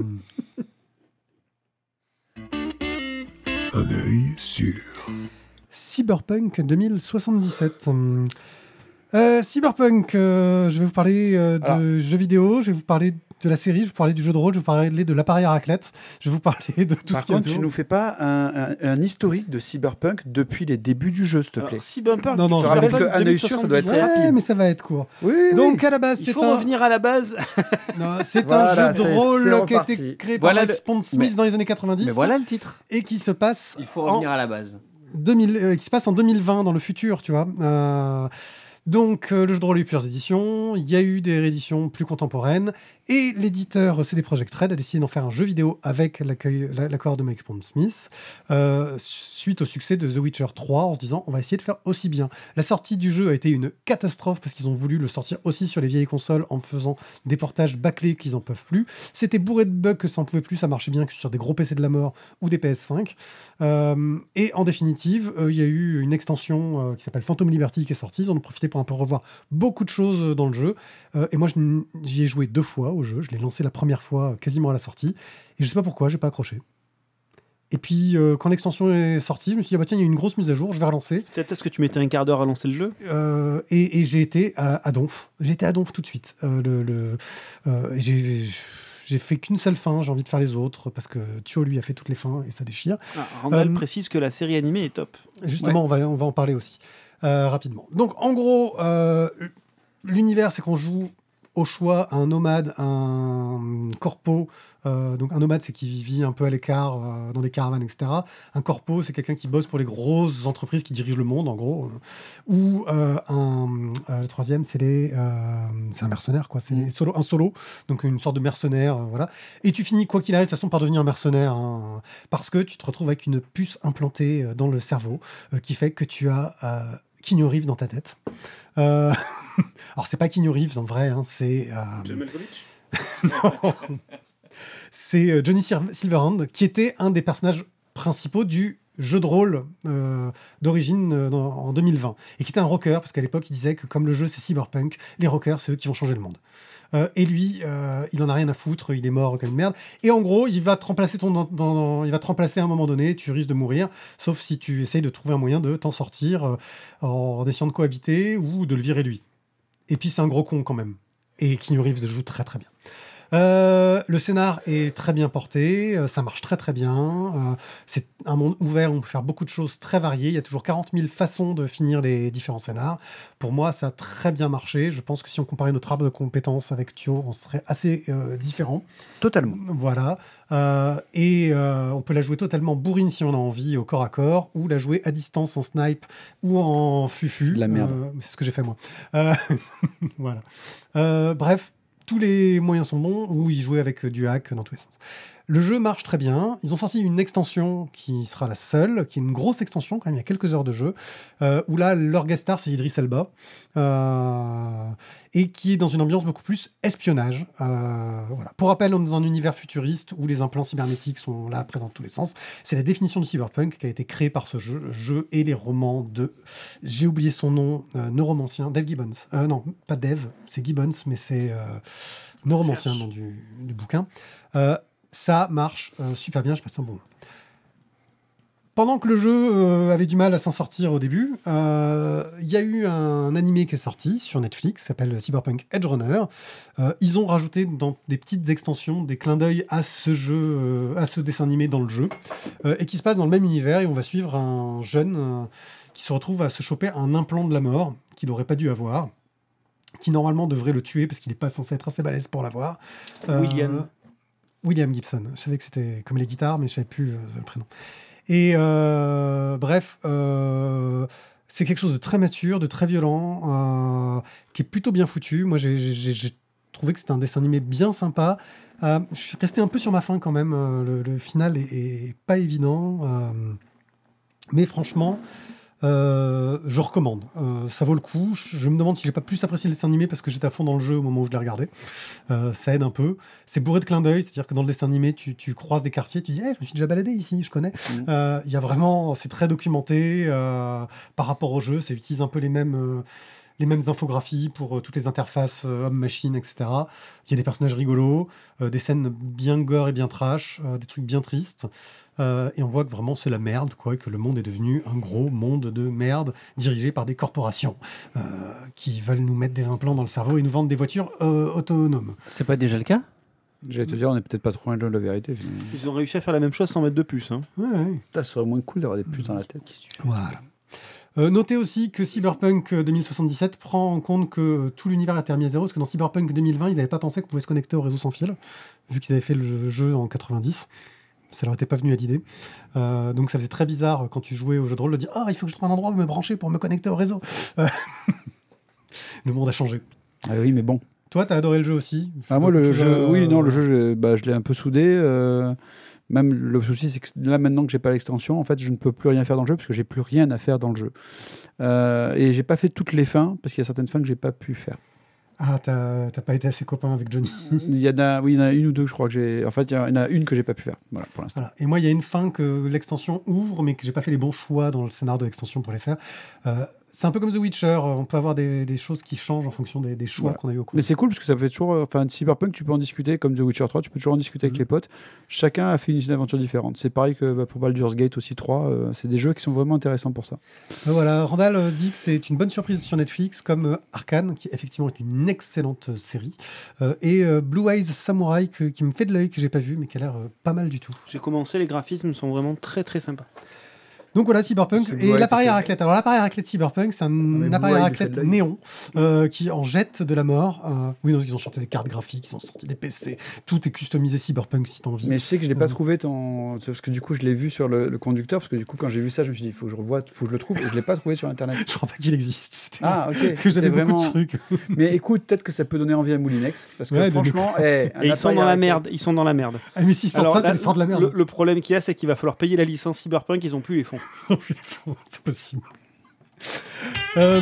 Un œil sûr. Cyberpunk deux mille soixante-dix-sept. Euh, Cyberpunk, euh, je vais vous parler euh, de Alors. jeux vidéo, je vais vous parler de la série, je vais vous parler du jeu de rôle, je vais vous parler de l'appareil à raclette, je vais vous parler de tout Par ce qui est contre, tu autour. nous fais pas un, un- un historique de Cyberpunk depuis les débuts du jeu, s'il te plaît. Alors, Cyberpunk, Non, non, je je rappelle rappelle qu'un œil sûr, ça doit être Ouais, rapide. mais ça va être court. Oui, oui. Donc, à la base, Il c'est faut un, revenir à la base. non, c'est Voilà, un jeu de c'est- rôle c'est qui a reparti. été créé Voilà par Mike le- Pondsmith mais- dans les années quatre-vingt-dix Mais voilà le titre. et qui se passe Il faut en revenir à la base. deux mille, euh, qui se passe en deux mille vingt dans le futur, tu vois. Euh, donc euh, le jeu de rôle a eu plusieurs éditions, il y a eu des rééditions plus contemporaines, et l'éditeur C D Projekt Red a décidé d'en faire un jeu vidéo avec l'accueil- la- l'accord de Mike Pondsmith, euh, suite au succès de The Witcher trois, en se disant on va essayer de faire aussi bien. La sortie du jeu a été une catastrophe parce qu'ils ont voulu le sortir aussi sur les vieilles consoles en faisant des portages bâclés qu'ils en peuvent plus. C'était bourré de bugs que ça en pouvait plus, ça marchait bien que sur des gros P C de la mort ou des P S cinq. Euh, et en définitive, euh, il y a eu une extension euh, qui s'appelle Phantom Liberty qui est sortie. Ils en ont profité pour un peu revoir beaucoup de choses dans le jeu. Euh, et moi, je n- j'y ai joué deux fois au jeu. Je l'ai lancé la première fois euh, quasiment à la sortie. Et je sais pas pourquoi, j'ai pas accroché. Et puis, euh, quand l'extension est sortie, je me suis dit, ah bah tiens, il y a une grosse mise à jour, je vais relancer. Peut-être parce que tu mettais un quart d'heure à lancer le jeu. Euh, et, et j'ai été à, à Donf. J'ai été à Donf tout de suite. Euh, le, le, euh, et j'ai, j'ai fait qu'une seule fin, j'ai envie de faire les autres, parce que Thio, lui, a fait toutes les fins et ça déchire. Ah, Randall Euh, précise que la série animée est top. Justement, on, va, on va en parler aussi euh, rapidement. Donc, en gros, euh, l'univers, c'est qu'on joue au choix un nomade, un corpo. Euh, donc, un nomade, c'est qui vit un peu à l'écart euh, dans des caravanes, et cetera. Un corpo, c'est quelqu'un qui bosse pour les grosses entreprises qui dirigent le monde, en gros. Ou euh, un, euh, le troisième, c'est les, euh, c'est un mercenaire, quoi. C'est les solo, un solo, donc une sorte de mercenaire, euh, voilà. Et tu finis, quoi qu'il arrive, de toute façon, par devenir un mercenaire, hein, parce que tu te retrouves avec une puce implantée euh, dans le cerveau euh, qui fait que tu as euh, Keanu Reeves dans ta tête. Euh, Alors, c'est pas Keanu Reeves, en vrai, hein, c'est... euh, non. C'est euh, Johnny Sil- Silverhand, qui était un des personnages principaux du jeu de rôle euh, d'origine euh, dans- en deux mille vingt, et qui était un rocker, parce qu'à l'époque, il disait que comme le jeu, c'est cyberpunk, les rockers, c'est eux qui vont changer le monde. Euh, et lui, euh, il en a rien à foutre, il est mort comme une merde. Et en gros, il va te remplacer ton, dans, dans- il va te remplacer à un moment donné. Tu risques de mourir, sauf si tu essayes de trouver un moyen de t'en sortir euh, en essayant de cohabiter ou de le virer lui. Et puis c'est un gros con quand même. Et Keanu Reeves joue très très bien. Euh, le scénar est très bien porté, euh, ça marche très très bien. Euh, c'est un monde ouvert où on peut faire beaucoup de choses très variées. Il y a toujours quarante mille façons de finir les différents scénars. Pour moi, ça a très bien marché. Je pense que si on comparait notre arbre de compétences avec Thio, on serait assez euh, différents. Totalement. Voilà. Euh, et euh, on peut la jouer totalement bourrine si on a envie, au corps à corps, ou la jouer à distance en snipe ou en fufu. C'est de la merde. Euh, c'est ce que j'ai fait moi. Euh, voilà. Euh, bref, tous les moyens sont bons, ou y jouer avec euh, du hack dans tous les sens. Le jeu marche très bien. Ils ont sorti une extension qui sera la seule, qui est une grosse extension quand même, il y a quelques heures de jeu, euh, où là, leur guest star, c'est Idris Elba, euh, et qui est dans une ambiance beaucoup plus espionnage. Euh, voilà. Pour rappel, on est dans un univers futuriste où les implants cybernétiques sont là, présents de tous les sens. C'est la définition du cyberpunk qui a été créée par ce jeu, jeu et les romans de... J'ai oublié son nom, euh, neuromancien, Dave Gibbons. Euh, non, pas Dave, c'est Gibbons, mais c'est euh, neuromancien dans du, du bouquin. Euh, Ça marche euh, super bien, je passe un bon moment. Pendant que le jeu euh, avait du mal à s'en sortir au début, il euh, y a eu un animé qui est sorti sur Netflix, qui s'appelle Cyberpunk Edge Runner. Euh, ils ont rajouté dans des petites extensions des clins d'œil à ce jeu, euh, à ce dessin animé dans le jeu, euh, et qui se passe dans le même univers, et on va suivre un jeune euh, qui se retrouve à se choper un implant de la mort qu'il n'aurait pas dû avoir, qui normalement devrait le tuer parce qu'il n'est pas censé être assez balèze pour l'avoir. Euh, William. William Gibson. Je savais que c'était comme les guitares, mais je savais plus euh, le prénom. Et euh, bref, euh, c'est quelque chose de très mature, de très violent, euh, qui est plutôt bien foutu. Moi, j'ai, j'ai, j'ai trouvé que c'était un dessin animé bien sympa. Euh, je suis resté un peu sur ma faim quand même. Euh, le, le final est, est pas évident, euh, mais franchement. Euh, je recommande, euh, ça vaut le coup. Je, je me demande si j'ai pas plus apprécié le dessin animé parce que j'étais à fond dans le jeu au moment où je l'ai regardé. Euh, ça aide un peu. C'est bourré de clins d'œil, c'est-à-dire que dans le dessin animé, tu, tu croises des quartiers, tu dis hey, je me suis déjà baladé ici, je connais. Il Mmh. euh, y a vraiment, c'est très documenté euh, par rapport au jeu. Ça utilise un peu les mêmes, euh, les mêmes infographies pour euh, toutes les interfaces euh, homme-machine, et cetera. Il y a des personnages rigolos, euh, des scènes bien gore et bien trash, euh, des trucs bien tristes. Euh, et on voit que vraiment c'est la merde, quoi, que le monde est devenu un gros monde de merde dirigé par des corporations euh, qui veulent nous mettre des implants dans le cerveau et nous vendre des voitures euh, autonomes. C'est pas déjà le cas? J'allais te dire, on est peut-être pas trop loin de la vérité. Finalement. Ils ont réussi à faire la même chose sans mettre de puce. Hein. Ouais, ouais. Ça serait moins cool d'avoir des puces dans la tête. Voilà. Euh, notez aussi que Cyberpunk deux mille soixante-dix-sept prend en compte que tout l'univers a été remis à zéro, parce que dans Cyberpunk deux mille vingt, ils n'avaient pas pensé qu'on pouvait se connecter au réseau sans fil, vu qu'ils avaient fait le jeu en quatre-vingt-dix. Ça leur était pas venu à l'idée. Euh, donc ça faisait très bizarre quand tu jouais au jeu de rôle de dire « Ah, il faut que je trouve un endroit où me brancher pour me connecter au réseau. Euh, » Le monde a changé. Ah oui, mais bon. Toi, t'as adoré le jeu aussi. Ah, moi, le Tu jeu, l'as- oui, non, le jeu, je, bah, je l'ai un peu soudé. Euh, même le souci, c'est que là, maintenant que j'ai pas l'extension, en fait, je ne peux plus rien faire dans le jeu parce que j'ai plus rien à faire dans le jeu. Euh, et j'ai pas fait toutes les fins parce qu'il y a certaines fins que j'ai pas pu faire. Ah, t'as t'as pas été assez copain avec Johnny. Il y en a, oui, il y en a une ou deux, je crois que j'ai. En fait, il y en a une que j'ai pas pu faire. Voilà, pour l'instant. Voilà. Et moi, il y a une fin que l'extension ouvre, mais que j'ai pas fait les bons choix dans le scénario de l'extension pour les faire. Euh, c'est un peu comme The Witcher. On peut avoir des, des choses qui changent en fonction des, des choix Voilà. qu'on a eu au cours. Mais c'est cool parce que ça fait toujours. euh, Enfin, Cyberpunk, tu peux en discuter comme The Witcher trois, tu peux toujours en discuter avec Mhm. les potes. Chacun a fait une, une aventure différente. C'est pareil que bah, pour Baldur's Gate aussi trois. euh, c'est des jeux qui sont vraiment intéressants pour ça. Euh, voilà, Randall euh, dit que c'est une bonne surprise sur Netflix, comme euh, Arcane, qui effectivement est une excellente euh, série, euh, et euh, Blue Eyes Samurai, que- qui me fait de l'œil, que j'ai pas vu, mais qui a l'air euh, pas mal du tout. J'ai commencé, les graphismes sont vraiment très très sympas. Donc voilà, Cyberpunk. C'est Blue Et Eyes, l'appareil ça à fait- raclette. Alors l'appareil à raclette Cyberpunk, c'est un mais Blue appareil à Eyes, il raclette fait de l'œil. néon euh, qui en jette de la mort. Euh, oui, non, ils ont sorti des cartes graphiques, ils ont sorti des P C. Tout est customisé Cyberpunk si t'as envie. Mais je sais que je l'ai pas Mhm. trouvé ton. c'est Parce que du coup, je l'ai vu sur le, le conducteur. Parce que du coup, quand j'ai vu ça, je me suis dit, il faut que je revoie, faut que je le trouve. Et je l'ai pas trouvé sur Internet. Je crois pas qu'il existe. C'était- Ah, ok. que j'avais C'était beaucoup vraiment- de trucs. Mais écoute, peut-être que ça peut donner envie à Moulinex. Parce que Ouais, de franchement, eh, un Et ils sont appareil dans à la raclette- merde. Ils sont dans la merde. Ah, mais s'ils sortent Alors, ça, c'est là, les sorts de la merde. Le, le problème qu'il y a, c'est qu'il va falloir payer la licence Cyberpunk. Ils ont plus les fonds. Oh, putain, c'est possible. Euh,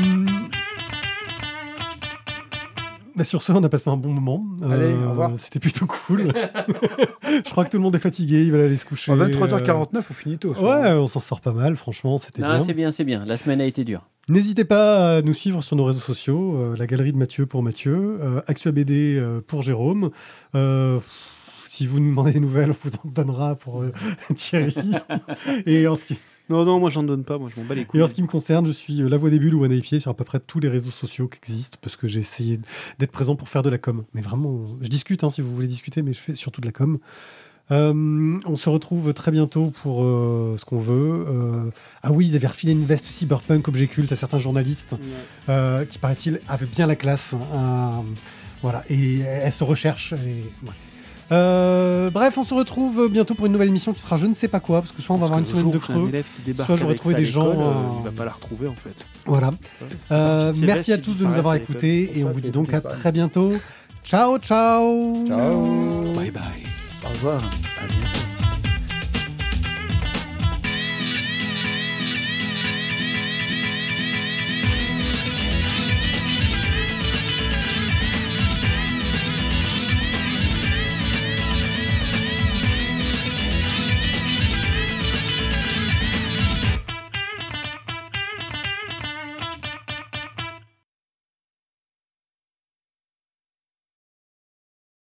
bah, sur ce, on a passé un bon moment. Euh, Allez, au revoir. C'était plutôt cool. Je crois que tout le monde est fatigué, il va aller se coucher. En vingt-trois heures quarante-neuf, au finito. Euh, Ouais, on s'en sort pas mal, franchement, c'était Non, bien. c'est bien, c'est bien. La semaine a été dure. N'hésitez pas à nous suivre sur nos réseaux sociaux, euh, la galerie de Mathieu pour Mathieu, euh, Actua B D euh, pour Jérôme. Euh, si vous nous demandez des nouvelles, on vous en donnera pour euh, Thierry. Et en ce qui... Non, non, moi j'en donne pas. Moi je m'en bats les couilles. Et en ce qui me concerne, je suis euh, La Voix des Bulles ou Un Pied sur à peu près tous les réseaux sociaux qui existent parce que j'ai essayé d'être présent pour faire de la com. Mais vraiment, je discute hein, si vous voulez discuter, mais je fais surtout de la com. Euh, on se retrouve très bientôt pour euh, ce qu'on veut. Euh, ah oui, ils avaient refilé une veste cyberpunk objet culte à certains journalistes Ouais. euh, qui, paraît-il, avaient bien la classe. hein. Euh, voilà, et elles se recherchent. Et, ouais. Euh, bref, on se retrouve bientôt pour une nouvelle émission qui sera je ne sais pas quoi, parce que soit on va avoir une Parce que semaine le de jour où j'ai creux. un élève qui débarque soit j'aurais avec trouvé ça à des gens, l'école, euh, euh, il va pas la retrouver en fait. Voilà. Euh, Partie de merci Cyrès à qui tous de nous avoir disparaissent à écoutés l'école. et on Pour vous ça, dit c'est donc à disparaît. très bientôt. Ciao, ciao. Ciao. Bye bye. Au revoir. À bientôt.